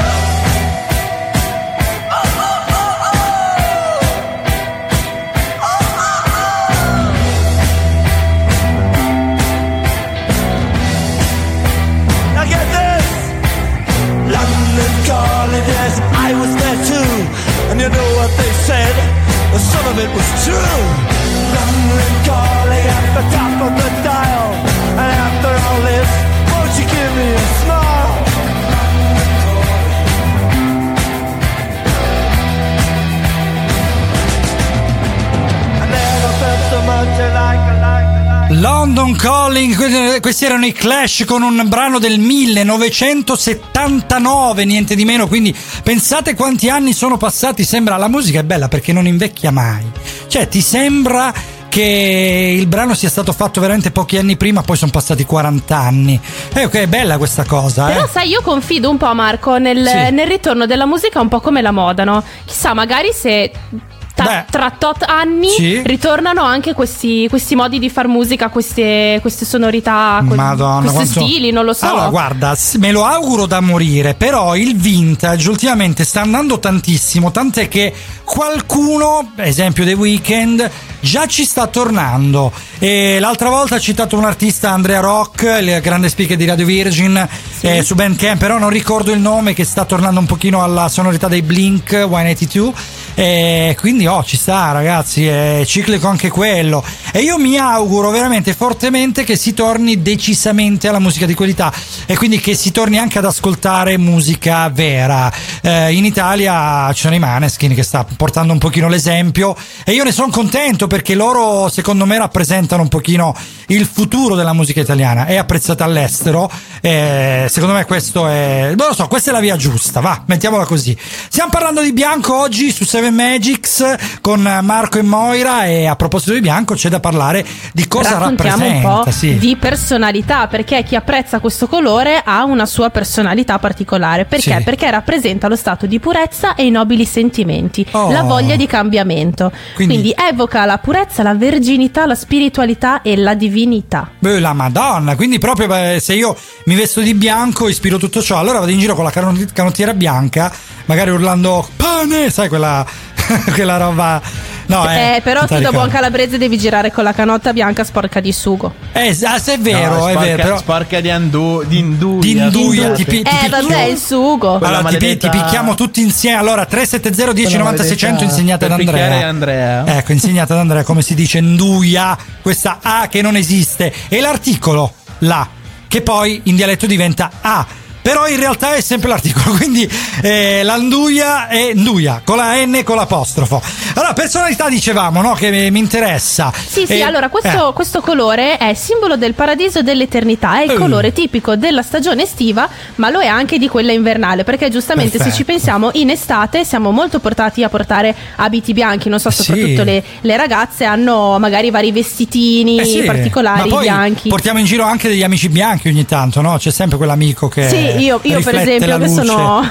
Oh, oh, oh, oh. Oh, oh, oh. Now get this. London calling, yes, I was there too. And you know what they said? Well, some of it was true. London calling at the top of the dial. And after all this, won't you give me a smile? I never felt so much like a like. London Calling, questi erano i Clash con un brano del millenovecentosettantanove, niente di meno, quindi pensate quanti anni sono passati. Sembra, la musica è bella perché non invecchia mai, cioè ti sembra che il brano sia stato fatto veramente pochi anni prima, poi sono passati quaranta anni. Eh, ok, è bella questa cosa. Però eh. sai, io confido un po', Marco, nel, Sì. nel ritorno della musica, un po' come la moda, no? Chissà, magari se ta- tra tot anni Sì. ritornano anche questi, questi modi di far musica, queste, queste sonorità, que- Madonna, questi quanto- stili, non lo so. Allora, guarda, s- me lo auguro da morire, però il vintage ultimamente sta andando tantissimo, tant'è che qualcuno, esempio The Weeknd, già ci sta tornando. E l'altra volta ha citato un artista, Andrea Rock, il grande speaker di Radio Virgin, eh, su Bandcamp, però non ricordo il nome, che sta tornando un pochino alla sonorità dei Blink centottantadue. E quindi oh, ci sta, ragazzi, è ciclico anche quello. E io mi auguro veramente fortemente che si torni decisamente alla musica di qualità, e quindi che si torni anche ad ascoltare musica vera. Eh, in Italia ci sono i Maneskin che sta portando un pochino l'esempio, e io ne sono contento perché loro, secondo me, rappresentano un pochino il futuro della musica italiana. È apprezzata all'estero, eh, secondo me questo è, non lo so, questa è la via giusta, va, mettiamola così. Stiamo parlando di Bianco oggi su Seven Magics con Marco e Moira, e a proposito di Bianco c'è da parlare di cosa Raccontiamo rappresenta, un po' sì. di personalità, perché chi apprezza questo colore ha una sua personalità particolare. Perché? Sì. Perché rappresenta lo stato di purezza e i nobili sentimenti, Oh. la voglia di cambiamento. Quindi- Quindi evoca la purezza, la verginità, la spiritualità e la divinità. Beh, la Madonna, quindi proprio beh, se io mi vesto di bianco ispiro tutto ciò, allora vado in giro con la cano- canottiera bianca, magari urlando pane, sai quella, quella roba. No, eh, Eh, però non tu te la da buon ricordo. calabrese devi girare con la canotta bianca sporca di sugo. Eh, ah, se è vero, No, è sporca- vero, però sporca di andu, di induia. Di induia, scusate. ti pi- ti Eh, vabbè, il sugo. Quella allora ti, pi- ti maledetta- picchiamo tutti insieme. Allora tre sette zero uno zero Quella nove zero sei zero zero, maledetta insegnate ad per picchiare Andrea. Andrea. Ecco, insegnate ad Andrea come si dice nduia, questa A che non esiste, e l'articolo la, che poi in dialetto diventa A. però in realtà è sempre l'articolo, quindi eh, l'anduia è nduia, con la N e con l'apostrofo. Allora, personalità dicevamo, no? Che mi interessa. Sì, sì, Eh, allora questo, eh. questo colore è simbolo del paradiso e dell'eternità, è il Uh. colore tipico della stagione estiva, ma lo è anche di quella invernale, perché giustamente Perfetto. se ci pensiamo in estate siamo molto portati a portare abiti bianchi, non so, Sì. soprattutto le, le ragazze hanno magari vari vestitini Eh sì, particolari ma poi bianchi. portiamo in giro anche degli amici bianchi ogni tanto, no? C'è sempre quell'amico che Sì, io, io per riflette esempio la che luce. sono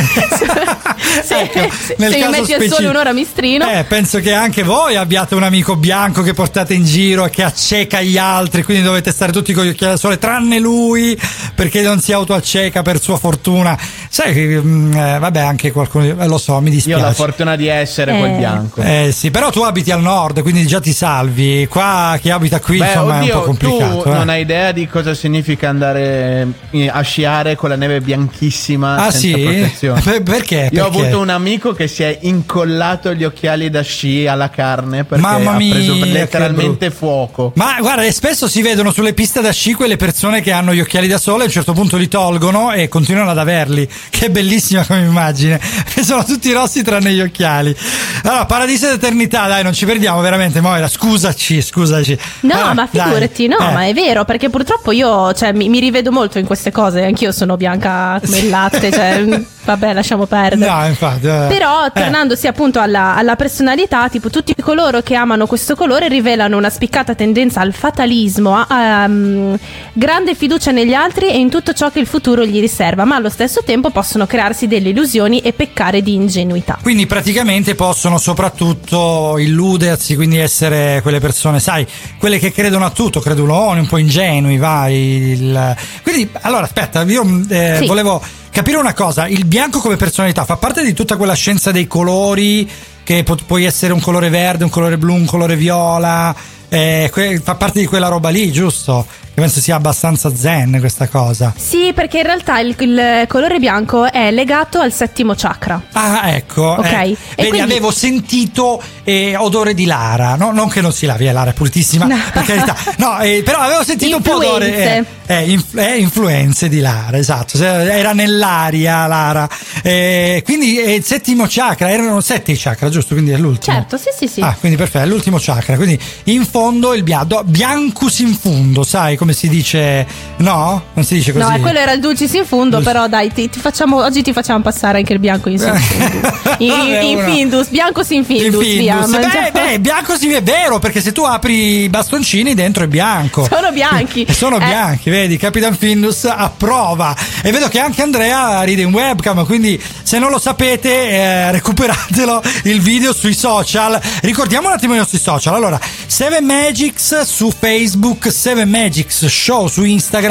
se, Ecco, se- nel se mi caso metti al speci- sole un'ora mi strino. Eh, penso che anche voi abbiate un amico bianco che portate in giro e che acceca gli altri, quindi dovete stare tutti con gli occhiali al sole, tranne lui, perché non si autoacceca per sua fortuna. Sai che, mm, eh, vabbè, anche qualcuno, eh, lo so, mi Io dispiace. ho la fortuna di essere Eh. quel bianco. Eh sì, però tu abiti al nord, quindi già ti salvi. Qua chi abita qui, Beh, insomma, oddio, è un po' complicato. tu eh. non hai idea di cosa significa andare eh, a sciare con la neve bianchissima Ah, senza sì? protezione. Per- perché? Io ho Perché? avuto un amico che si è incollato gli occhiali da sci alla carne perché Mamma ha preso mia, che letteralmente fuoco. Ma guarda, e spesso si vedono sulle piste da sci quelle persone che hanno gli occhiali da sole, a un certo punto li tolgono e continuano ad averli. Che bellissima come immagine. Che sono tutti rossi tranne gli occhiali. Allora, paradiso d'eternità, dai, non ci perdiamo veramente, Moira. Scusaci, scusaci. No, Allora, ma dai. figurati, no, Eh. ma è vero, perché purtroppo io cioè, mi, mi rivedo molto in queste cose, anch'io sono bianca come il latte, cioè, vabbè, lasciamo perdere. No, infatti. eh. Però, Eh. tornando sì appunto alla, alla personalità, tipo tutti coloro che amano questo colore rivelano una spiccata tendenza al fatalismo, a, a, um, grande fiducia negli altri e in tutto ciò che il futuro gli riserva, ma allo stesso tempo possono crearsi delle illusioni e peccare di ingenuità. Quindi praticamente possono soprattutto illudersi, quindi essere quelle persone, sai, quelle che credono a tutto, creduloni, un po' ingenui, vai. Il... Quindi, allora, aspetta, io eh, Sì. volevo capire una cosa, il bianco come personalità fa parte di tutta quella scienza dei colori, che pu- puoi essere un colore verde, un colore blu, un colore viola, eh, que- fa parte di quella roba lì, giusto? Che penso sia abbastanza zen questa cosa. Sì, perché in realtà il, il colore bianco è legato al settimo chakra. Ah, ecco. Ok. eh. E Vedi, quindi- avevo sentito eh, odore di Lara, no? Non che non si lavi, eh, Lara è pulitissima, No. per carità. No, eh, però avevo sentito un po' odore. Eh, Influenze. eh, inf- eh, influenze di Lara, esatto. Se- Era nell'aria, Lara. Eh, quindi eh, il settimo chakra, erano sette i chakra, giusto? Quindi è l'ultimo. Certo, sì, sì, sì. Ah, quindi perfetto, è l'ultimo chakra. Quindi in fondo il bianco, biancus in fundo, sai come si dice? No? Non si dice così. No, e quello era il dulcis in fundo, Dulcis. però dai, ti, ti facciamo, oggi ti facciamo passare anche il bianco in, in, in, Vabbè, in uno. Findus, bianco sin Findus, Il via. Findus. mangiamo- Beh, beh, bianco sì, è vero, perché se tu apri i bastoncini dentro è bianco. Sono bianchi. E sono Eh. bianchi, vedi, Capitan Findus approva. E vedo che anche Andrea ride in webcam, quindi se non lo sapete eh, recuperatelo il video sui social. Ricordiamo un attimo i nostri social. Allora, Seven Magics su Facebook, Seven Magics Show su Instagram,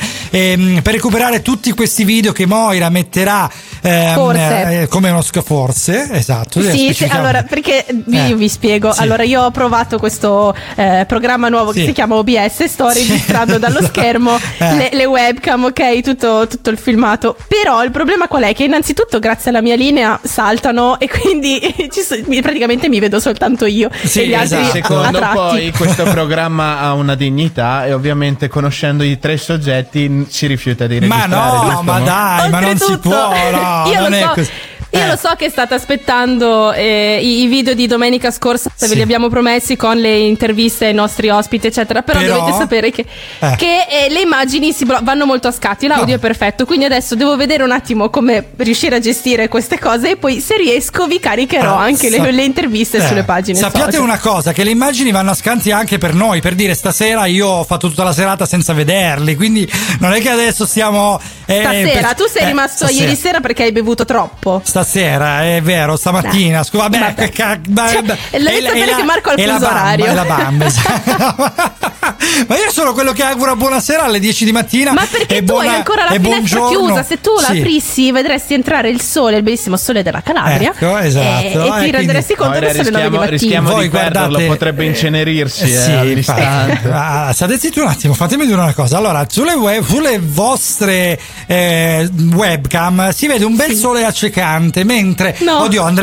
ehm, per recuperare tutti questi video che Moira metterà ehm, Forse. eh, come uno sc- forse, esatto. Sì, sì, specifichiamo. allora perché vi, Eh, io vi spiego. sì. Allora, io ho provato questo eh, programma nuovo Sì. che si chiama O B S, sto Sì. registrando dallo Esatto. schermo Eh. le, le webcam, ok, tutto, tutto il filmato. Però il problema qual è? Che innanzitutto grazie alla mia linea saltano e quindi ci so- mi- praticamente mi vedo soltanto io Sì, e gli altri esatto. Secondo a tratti. poi questo programma ha una dignità e ovviamente conoscendo i tre soggetti n- si rifiuta di Ma registrare. no, giusto, ma no? dai, ma non si Oltretutto, può, no, io non lo è so, così. Io Eh. lo so che state aspettando eh, i, i video di domenica scorsa, se Sì. ve li abbiamo promessi con le interviste ai nostri ospiti, eccetera. Però, Però- dovete sapere che, Eh. che eh, le immagini si blo- vanno molto a scatti, l'audio No. è perfetto. Quindi adesso devo vedere un attimo come riuscire a gestire queste cose e poi, se riesco, vi caricherò Ah, anche sa- le, le interviste Eh, sulle pagine Sappiate social. una cosa, che le immagini vanno a scanti anche per noi, per dire stasera io ho fatto tutta la serata senza vederli, quindi non è che adesso stiamo eh, Stasera, per- tu sei eh, rimasto stasera. ieri sera perché hai bevuto troppo. Stasera, è vero, stamattina, Dai. scusa, vabbè, Vabbè. che ca- ma- Cioè, ma- devi è la- sapere è la- che Marco ha il è la fuso bamba, orario. è la bamba, esatto. Ma io sono quello che augura buonasera alle dieci di mattina. Ma perché e tu buona- hai ancora la e finestra buongiorno. chiusa? Se tu la Sì. aprissi, vedresti entrare il sole, il bellissimo sole della Calabria. Ecco, esatto. E, e Eh, ti quindi- renderesti conto Moira, che sono le nove di rischiamo, mattina. rischiamo Voi di perderlo, guardate- potrebbe incenerirsi Eh eh, sì, all'istante. infatti. Ah, state zitti un attimo, fatemi dire una cosa. Allora, sulle, web, sulle vostre eh, webcam si vede un bel sole accecante, mentre No. oddio, Andrea no.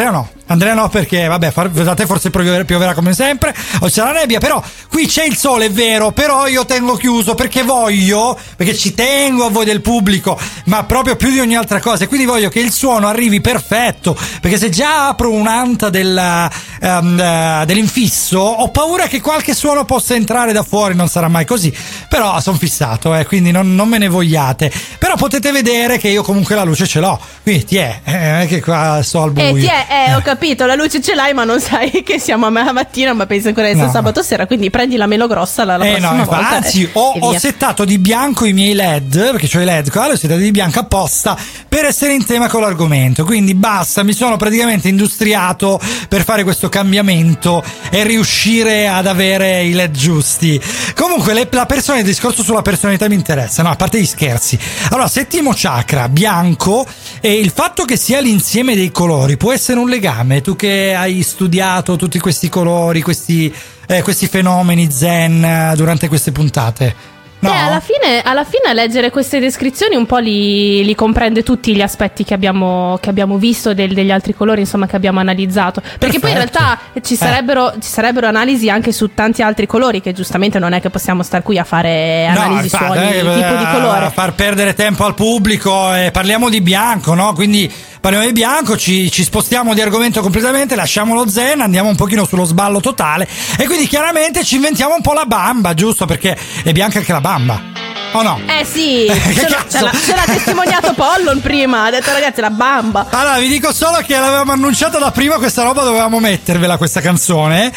Andrea no, perché vabbè, far, da te forse pioverà, pioverà come sempre, o c'è la nebbia, però qui c'è il sole, è vero, però io tengo chiuso perché voglio, perché ci tengo a voi del pubblico, ma proprio più di ogni altra cosa, e quindi voglio che il suono arrivi perfetto, perché se già apro un'anta della, um, uh, dell'infisso, ho paura che qualche suono possa entrare da fuori, non sarà mai così, però sono fissato, eh, quindi non, non me ne vogliate, però potete vedere che io comunque la luce ce l'ho, quindi ti è, eh, che qua sto al buio. Eh, ti è, eh, ho capito, la luce ce l'hai, ma non sai che siamo a mattina, ma pensi ancora di essere No. sabato sera, quindi prendi la meno grossa la, la Eh prossima no, volta. anzi, eh, ho, e ho via. settato di bianco i miei L E D, perché ho i L E D qua, li ho settati di bianco apposta per essere in tema con l'argomento. Quindi basta, mi sono praticamente industriato per fare questo cambiamento e riuscire ad avere i L E D giusti. Comunque, le, la persona, il discorso sulla personalità mi interessa, no, a parte gli scherzi. Allora, settimo chakra, bianco, e il fatto che sia l'insieme dei colori può essere un legame. Tu che hai studiato tutti questi colori, questi, eh, questi fenomeni zen eh, durante queste puntate. No? Eh, alla fine, alla fine leggere queste descrizioni un po' li, li comprende tutti gli aspetti che abbiamo, che abbiamo visto del- degli altri colori, insomma, che abbiamo analizzato. Perché poi in Perfetto. realtà ci sarebbero, ci sarebbero analisi anche su tanti altri colori, che giustamente non è che possiamo star qui a fare analisi su infatti, ogni eh, tipo di a- colore. A far perdere tempo al pubblico, eh, parliamo di bianco, no? Quindi parliamo di bianco, ci, ci spostiamo di argomento completamente, lasciamo lo zen, andiamo un pochino sullo sballo totale e quindi chiaramente ci inventiamo un po' la bamba, giusto? Perché è bianca anche la bamba. O no? Eh sì, Che ce, l'ha, cazzo? ce l'ha- ce l'ha testimoniato Pollon prima, ha detto ragazzi la bamba. Allora vi dico solo che l'avevamo annunciata da prima questa roba, dovevamo mettervela questa canzone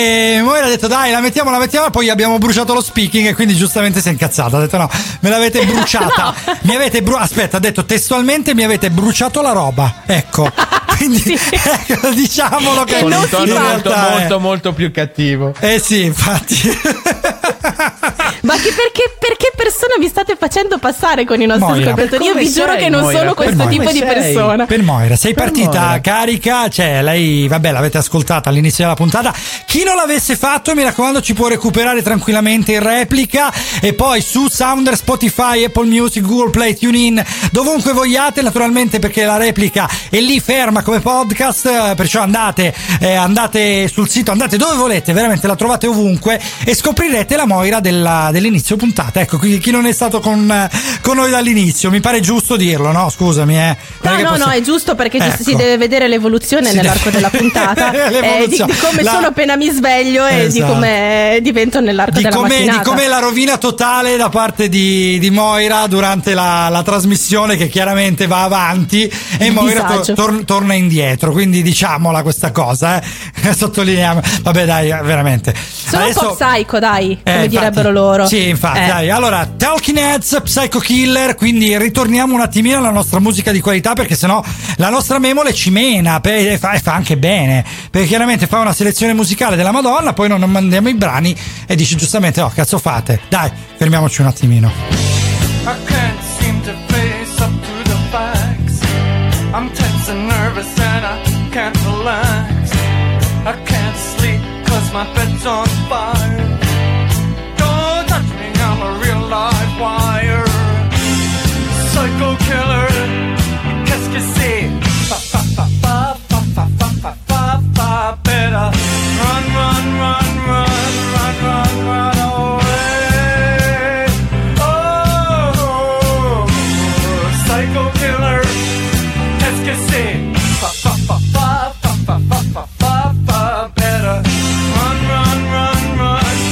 e Moira ha detto dai la mettiamo, la mettiamo, poi abbiamo bruciato lo speaking e quindi giustamente si è incazzata, ha detto no, me l'avete bruciata. No. Mi avete bru- aspetta, ha detto testualmente mi avete bruciato la roba, ecco. Quindi ecco, diciamolo che Con un in tono molto, realtà è- molto, molto più cattivo. Eh sì, infatti. Ma che perché, perché persona vi state facendo passare con i nostri Moira. ascoltatori? Io Come vi giuro sei, che non Moira? sono Per questo Moira. tipo di Come sei? persona. Per Moira, sei Per partita Moira. carica, cioè lei, vabbè, l'avete ascoltata all'inizio della puntata. Chi non l'avesse fatto, mi raccomando, ci può recuperare tranquillamente in replica e poi su Sounder, Spotify, Apple Music, Google Play, TuneIn, dovunque vogliate, naturalmente, perché la replica è lì ferma come podcast, eh, perciò andate, eh, andate sul sito, andate dove volete, veramente la trovate ovunque e scoprirete la Moira della- dell'inizio puntata. Ecco, quindi chi non è stato con, eh, con noi dall'inizio, mi pare giusto dirlo, no? Scusami, eh. Non No, è che no, possiamo- no, è giusto perché Ecco. si deve vedere l'evoluzione Si nell'arco deve- della puntata, eh, di, L'evoluzione. di come La- sono appena mi sveglio e di Esatto. come divento nell'arco Di della com'è, di mattinata. com'è la rovina totale da parte di, di Moira durante la, la trasmissione, che chiaramente va avanti e Il Moira to- disagio. tor- torna indietro, quindi diciamola questa cosa, eh. Sottolineiamo, vabbè dai, veramente Sono un po' psycho, dai, come Eh, direbbero infatti, loro. Sì, infatti, Eh. dai. Allora, Talking Heads, Psycho Killer, quindi ritorniamo un attimino alla nostra musica di qualità, perché sennò la nostra memole ci mena pe- e fa, e fa anche bene, perché chiaramente fa una selezione musicale della Madonna, poi non mandiamo i brani e dice giustamente, oh, cazzo fate? Dai, fermiamoci un attimino. I can't seem to face up to the facts. I'm tense and nervous and I can't relax. I can't sleep cause my bed's on fire. Don't touch me, I'm a real live wire. Psycho killer, qu'est-ce que c'est? Fa fa fa fa fa fa fa fa fa fa. Better run, run, run, run, run, run, run away. Oh, psycho killer, qu'est-ce que c'est? Fa fa fa fa fa fa fa fa fa fa. Better run, run, run, run,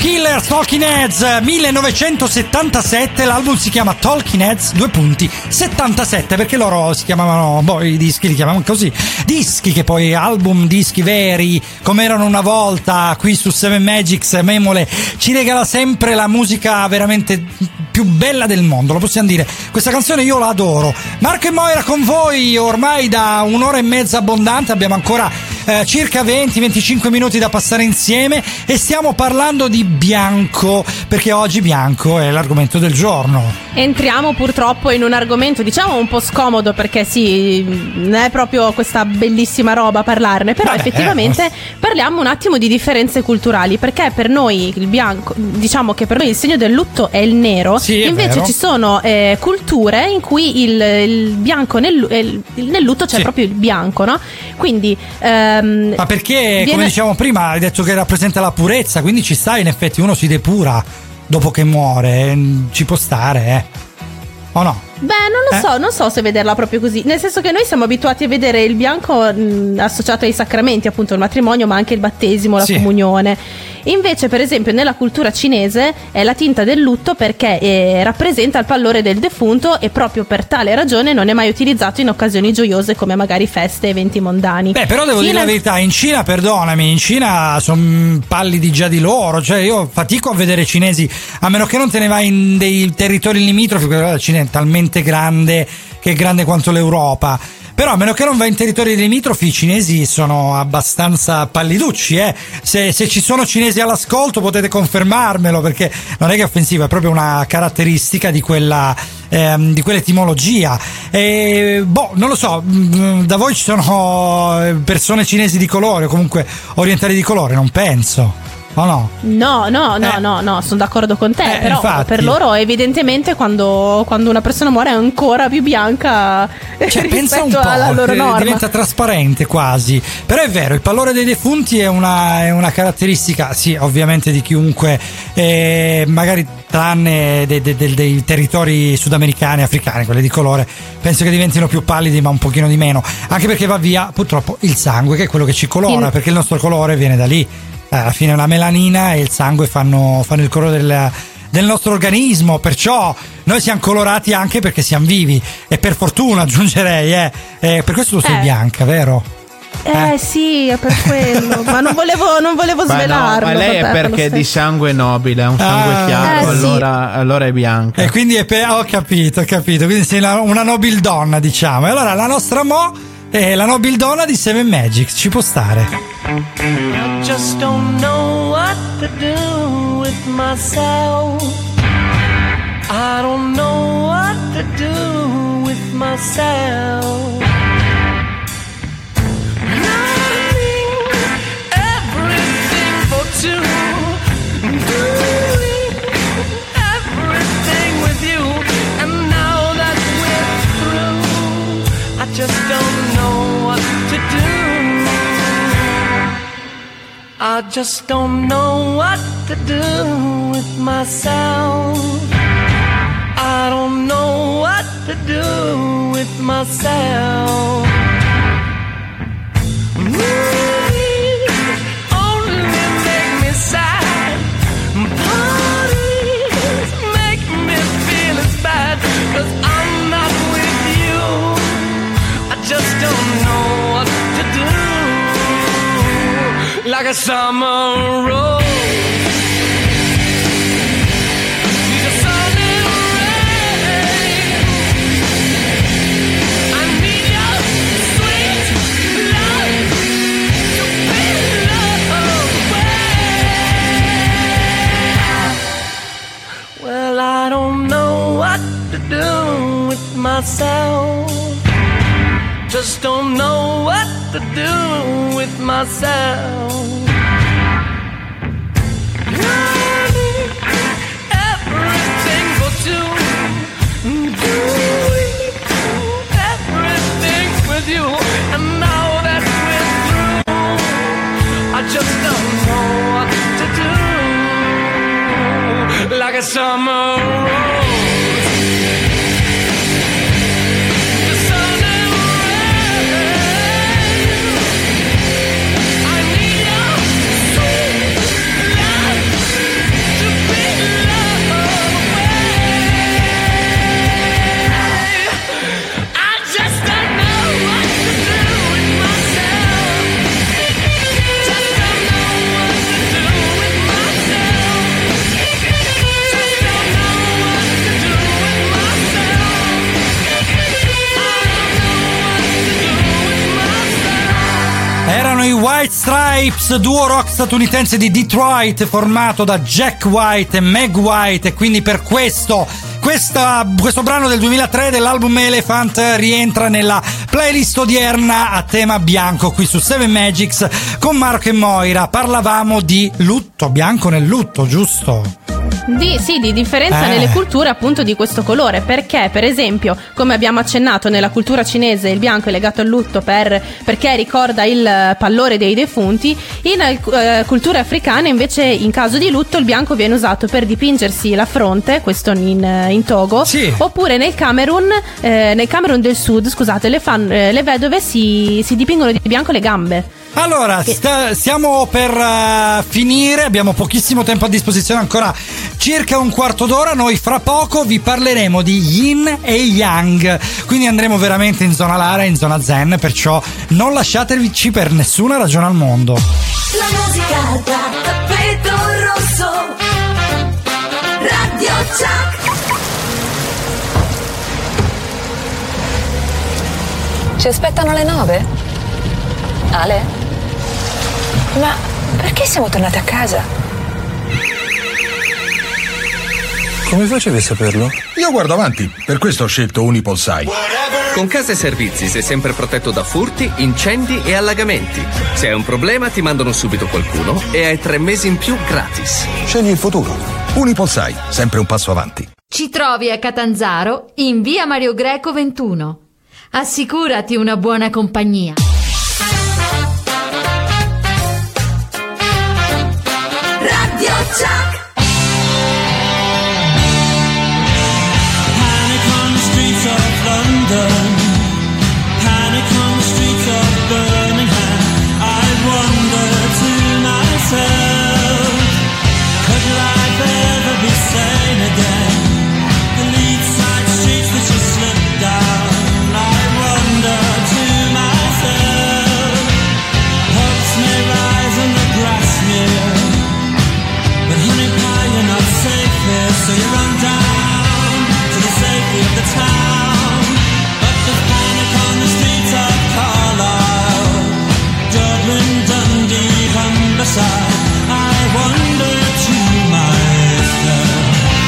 Killers, Talking Heads, millenovecentosettantasette, l'album si chiama Talking Heads, due punti, settantasette, perché loro si chiamavano, boh, i dischi li chiamavano così, dischi che poi album, dischi veri, come erano una volta. Qui su Seven Magics Memole ci regala sempre la musica veramente più bella del mondo, lo possiamo dire. Questa canzone io la adoro. Marco e Moira con voi ormai da un'ora e mezza abbondante, abbiamo ancora eh, circa venti venticinque minuti da passare insieme e stiamo parlando di bianco, perché oggi bianco è l'argomento del giorno. Entriamo purtroppo in un argomento diciamo un po' scomodo, perché sì, non è proprio questa bellissima roba parlarne, però Vabbè, effettivamente eh, parliamo un attimo di differenze culturali, perché per noi il bianco, diciamo che per noi il segno del lutto è il nero, sì, invece vero. ci sono eh, culture in cui il, il bianco nel, il, nel lutto c'è Sì. proprio il bianco, no? Quindi ehm, Ma perché, viene- come dicevamo prima, hai detto che rappresenta la purezza, quindi ci sta, in effetti uno si depura dopo che muore, eh, ci può stare, eh. O no? Beh, non lo Eh? so, non so se vederla proprio così. Nel senso che noi siamo abituati a vedere il bianco mh, associato ai sacramenti, appunto il matrimonio, ma anche il battesimo, la Sì. comunione. Invece, per esempio, nella cultura cinese è la tinta del lutto perché eh, rappresenta il pallore del defunto e proprio per tale ragione non è mai utilizzato in occasioni gioiose come magari feste, eventi mondani. Beh, però devo Sì, dire la nel- verità, in Cina, perdonami, in Cina sono pallidi già di loro, cioè io fatico a vedere cinesi, a meno che non te ne vai in dei territori limitrofi, perché la Cina è talmente grande che è grande quanto l'Europa. Però a meno che non vai in territori limitrofi, i cinesi sono abbastanza palliducci, eh. Se, se ci sono cinesi all'ascolto potete confermarmelo, perché non è che è offensivo, è proprio una caratteristica di quella ehm, di quell'etimologia. E, boh, non lo so, mh, da voi ci sono persone cinesi di colore o comunque orientali di colore? Non penso. O no? No, no, no, Eh. no, no, sono d'accordo con te, Eh, però infatti. per loro evidentemente quando, quando una persona muore è ancora più bianca Cioè, pensa un rispetto po', alla loro eh, norma. diventa trasparente quasi. Però è vero, il pallore dei defunti è una, è una caratteristica, sì, ovviamente di chiunque, eh, magari tranne dei, dei- dei- dei territori sudamericani, africani, quelli di colore, penso che diventino più pallidi, ma un pochino di meno. Anche perché va via purtroppo il sangue, che è quello che ci colora, In- perché il nostro colore viene da lì. Eh, alla fine la melanina e il sangue fanno, fanno il colore del, del nostro organismo, perciò noi siamo colorati anche perché siamo vivi, e per fortuna aggiungerei, eh. Eh, per questo tu sei Eh. bianca, vero? Eh sì, è per quello. Ma non volevo, non volevo Ma no, svelarlo. ma lei è vabbè, perché è lo di sai. sangue nobile, ha un sangue Ah. chiaro, Eh, sì. allora, allora è bianca. E quindi è pe- ho capito, ho capito, quindi sei la- una nobildonna, diciamo. E allora la nostra Mo è la nobildonna di Seven Magics, ci può stare. I just don't know what to do with myself. I don't know what to do with myself. Loving everything for two, doing everything with you, and now that we're through, I just don't know what to do. I just don't know what to do with myself. I don't know what to do with myself. Movies only make me sad. Parties make me feel as bad, 'cause I'm not with you. I just don't know what to do. Like a summer rose, need a sun and rain. I need your sweet love to be loved away. Well, I don't know what to do with myself. Just don't know what to do with myself. Everything for two, doing everything with you, and now that we're through, I just don't know what to do. Like a summer rose. Your White Stripes, duo rock statunitense di Detroit formato da Jack White e Meg White, e quindi per questo questa, questo brano del duemilatré dell'album Elephant rientra nella playlist odierna a tema bianco qui su Seven Magics con Marco e Moira. Parlavamo di lutto, bianco nel lutto, giusto? Di, sì, di differenza Eh. nelle culture appunto di questo colore, perché per esempio, come abbiamo accennato, nella cultura cinese il bianco è legato al lutto per, perché ricorda il pallore dei defunti. In eh, culture africane invece in caso di lutto il bianco viene usato per dipingersi la fronte, questo in, in Togo, Sì. oppure nel Camerun, eh, nel Camerun del Sud, scusate, le, fan, eh, le vedove si, si dipingono di bianco le gambe. Allora, sta- stiamo per uh, finire, abbiamo pochissimo tempo a disposizione, ancora circa un quarto d'ora. Noi fra poco vi parleremo di Yin e Yang, quindi andremo veramente in zona Lara e in zona Zen, perciò non lasciatevici per nessuna ragione al mondo. La musica da tappeto rosso. Radio Chuck. Ci aspettano alle nove? Ale? Ma perché siamo tornati a casa? Come facevi a saperlo? Io guardo avanti, per questo ho scelto Unipolsai. Con Casa e Servizi sei sempre protetto da furti, incendi e allagamenti. Se hai un problema ti mandano subito qualcuno e hai tre mesi in più gratis. Scegli il futuro. Unipolsai, sempre un passo avanti. Ci trovi a Catanzaro in via Mario Greco ventuno. Assicurati una buona compagnia. Radio Chuck. Panic on the streets of London. Panic on the streets of Birmingham. I wonder to myself, could life ever be sane again? The lead side streets that you slip down. I wonder to myself, hopes may rise and the grass near. But honey pie, you're not safe here, so you run down to the safety of the town. But there's panic on the streets of Carlisle, Dublin, Dundee, Humberside. I wonder to myself.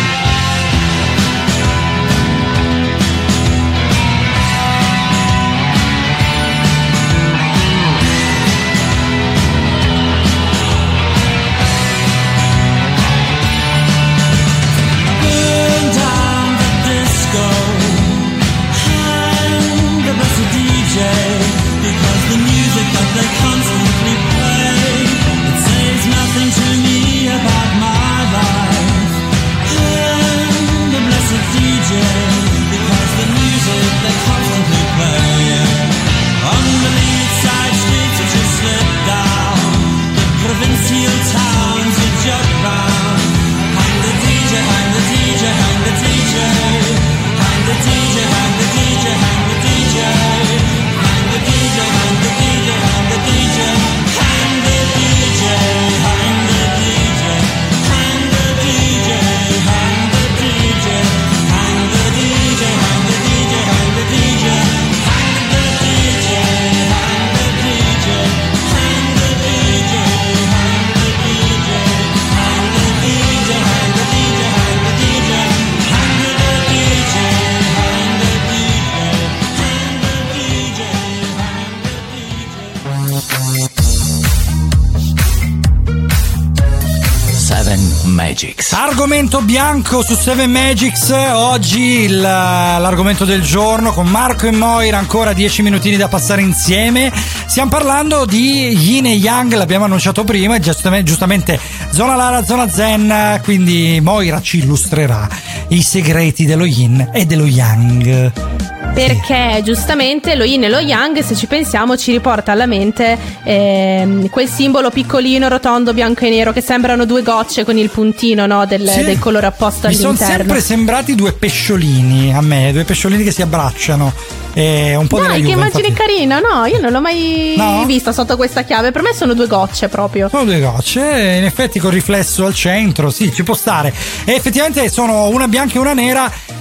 Burn down the disco, hang the blessed D J, because the music that they constantly play, it says nothing to me about my life. Hang the blessed D J, because the music they constantly play. On the lead side streets that you slip down, the provincial towns you jog round. Hang the D J, hang the D J, hang the D J. Hang the D J, hang the D J, hang the D J. Hang the D J, hang the D J, hang the D J. Hang the D J, hang the D J. Hang the D J, hang the D J. Hang the D J, hang the D J, hang the D J. Hang the D J, hang the D J. Hang the D J, hang the D J. Hang the D J, hang the D J, hang the D J. Hang the D J, hang the D J. Seven Magics. Argomento bianco su Seven Magics, oggi il, l'argomento del giorno con Marco e Moira, ancora dieci minutini da passare insieme. Stiamo parlando di Yin e Yang, l'abbiamo annunciato prima, e giustamente, giustamente zona Lara, zona Zen, quindi Moira ci illustrerà i segreti dello Yin e dello Yang. Perché giustamente lo yin e lo yang, se ci pensiamo, ci riporta alla mente ehm, quel simbolo piccolino, rotondo, bianco e nero, che sembrano due gocce con il puntino, no, del, Sì. del colore apposto Mi sono all'interno. sempre sembrati due pesciolini a me, due pesciolini che si abbracciano. E un po' della Dai, Juve, che immagine infatti. carina, no? Io non l'ho mai No? vista sotto questa chiave. Per me sono due gocce proprio. Sono due gocce, in effetti col riflesso al centro, sì, ci può stare. E effettivamente sono una bianca e una nera.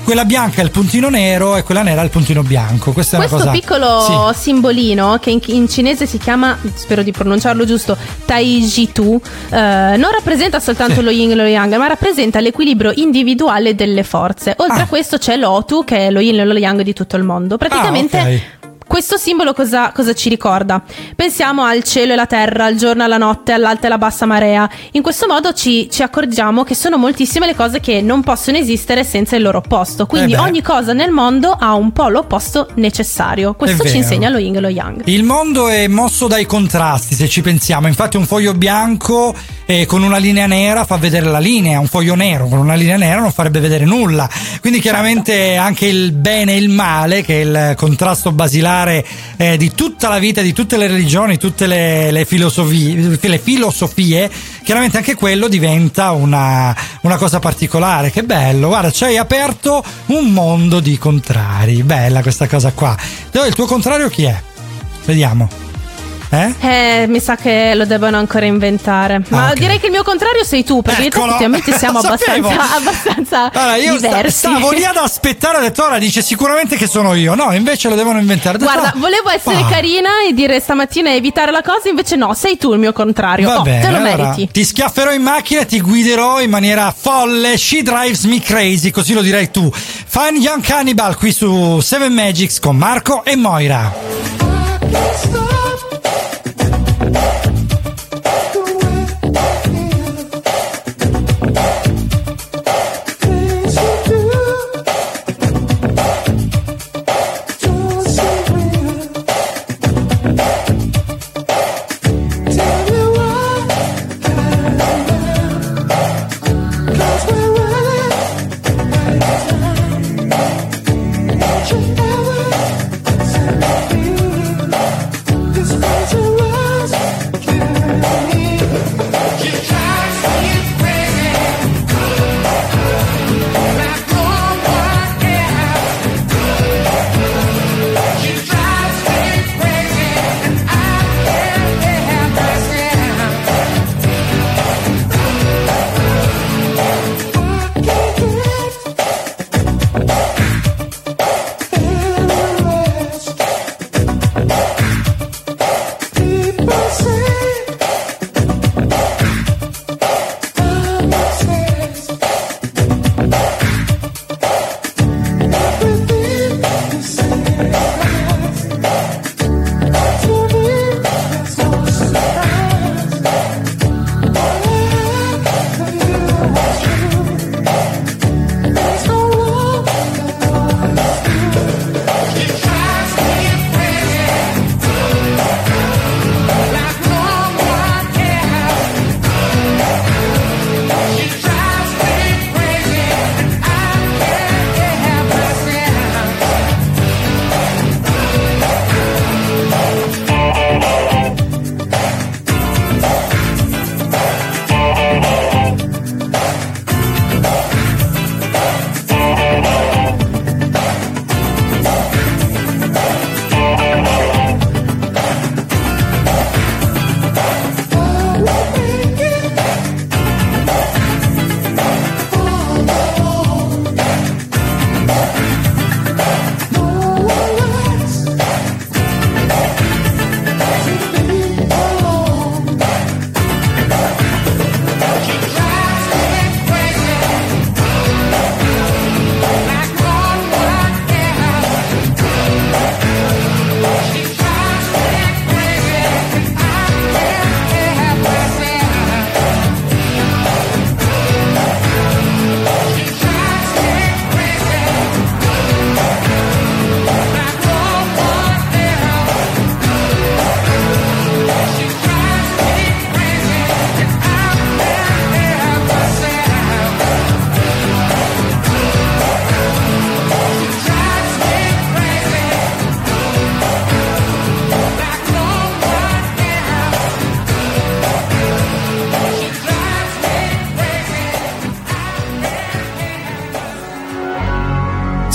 quella bianca è il puntino nero e quella nera è il puntino bianco. Questa è Questo una cosa piccolo sì. simbolino che in, in cinese si chiama, spero di pronunciarlo giusto, Taijitu, eh, non rappresenta soltanto Sì. lo yin e lo yang, ma rappresenta l'equilibrio individuale delle forze. Oltre Ah. a questo c'è l'Otu, che è lo yin e lo yang di tutto il mondo. Praticamente Ah, ok. questo simbolo cosa, cosa ci ricorda? Pensiamo al cielo e la terra, al giorno e alla notte, all'alta e alla bassa marea. In questo modo ci, ci accorgiamo che sono moltissime le cose che non possono esistere senza il loro opposto. Quindi Eh beh. ogni cosa nel mondo ha un po' l'opposto necessario. Questo È ci vero. insegna lo yin e lo yang. Il mondo è mosso dai contrasti, se ci pensiamo. Infatti un foglio bianco eh, con una linea nera fa vedere la linea, un foglio nero con una linea nera non farebbe vedere nulla. Quindi chiaramente anche il bene e il male, che è il contrasto basilare eh, di tutta la vita, di tutte le religioni, tutte le, le filosofie, le filosofie, chiaramente anche quello diventa una, una cosa particolare. Che bello, guarda, ci hai aperto un mondo di contrari. Bella questa cosa qua. Il tuo contrario chi è? Vediamo. Eh? Eh, mi sa che lo devono ancora inventare. Ma Ah, ok. direi che il mio contrario sei tu, perché io e te Eccolo. effettivamente siamo Lo sapevo. abbastanza, abbastanza Allora, io sta- diversi. stavo lì ad aspettare, ho detto ora dice sicuramente che sono io. No, invece lo devono inventare. Ho detto, Guarda, ah, volevo essere ah. carina e dire stamattina evitare la cosa, invece no, sei tu il mio contrario. Va Oh, bene, te lo allora, meriti. ti schiafferò in macchina e ti guiderò in maniera folle. She drives me crazy, così lo direi tu. Fine Young Cannibal qui su Seven Magics con Marco e Moira.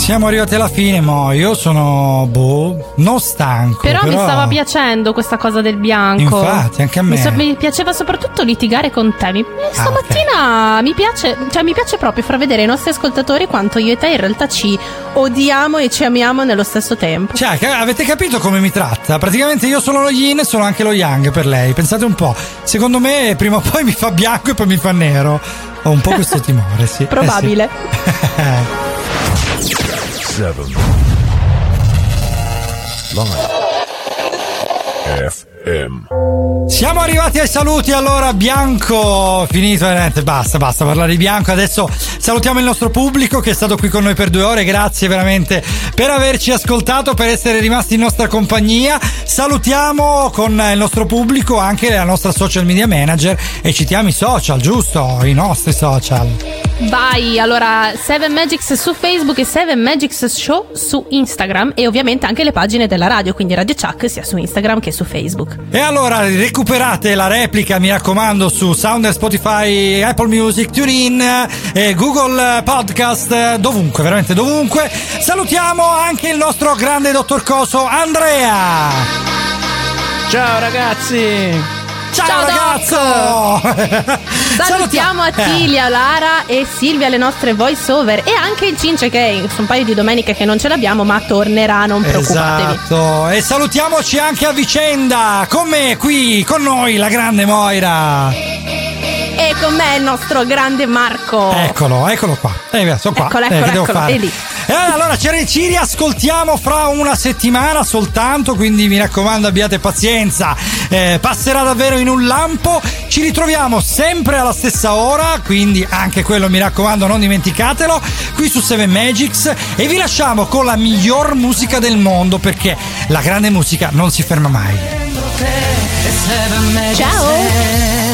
siamo arrivati alla fine, mo io sono boh, non stanco. Però, però... mi stava piacendo questa cosa del bianco. Infatti, anche a me. Mi, so- mi piaceva soprattutto litigare con te. Mi- stamattina okay. mi piace, cioè mi piace proprio far vedere ai nostri ascoltatori quanto io e te in realtà ci odiamo e ci amiamo nello stesso tempo. Cioè, avete capito come mi tratta? Praticamente io sono lo yin e sono anche lo yang per lei. Pensate un po'. Secondo me prima o poi mi fa bianco e poi mi fa nero. Ho un po' questo timore, sì. Probabile. Eh, sì. Seven. Live. F M. Siamo arrivati ai saluti, allora Bianco, finito, veramente basta, basta parlare di Bianco, adesso salutiamo il nostro pubblico che è stato qui con noi per due ore, grazie veramente per averci ascoltato, per essere rimasti in nostra compagnia, salutiamo con il nostro pubblico anche la nostra social media manager e citiamo i social, giusto? I nostri social. Vai, allora Seven Magics su Facebook e Seven Magics Show su Instagram e ovviamente anche le pagine della radio, quindi Radio Chuck sia su Instagram che su Facebook. E allora recuperate la replica, mi raccomando, su Sounder, Spotify, Apple Music, TuneIn, eh, Google Podcast, dovunque, veramente dovunque. Salutiamo anche il nostro grande dottor Coso Andrea. Ciao ragazzi. Ciao, Ciao ragazzo! Salutiamo Attilia, Lara e Silvia, le nostre voice over, e anche il Cince che sono un paio di domeniche che non ce l'abbiamo ma tornerà, non preoccupatevi. Esatto, e salutiamoci anche a vicenda, con me qui, con noi la grande Moira. E con me il nostro grande Marco. Eccolo, eccolo qua. Eh, sono qua. Eccolo, eh, eccolo, che devo eccolo, fare? è lì. E allora ci riascoltiamo fra una settimana soltanto, quindi mi raccomando abbiate pazienza, eh, passerà davvero in un lampo. Ci ritroviamo sempre alla stessa ora, quindi anche quello mi raccomando non dimenticatelo, qui su Seven Magics, e vi lasciamo con la miglior musica del mondo, perché la grande musica non si ferma mai. Ciao.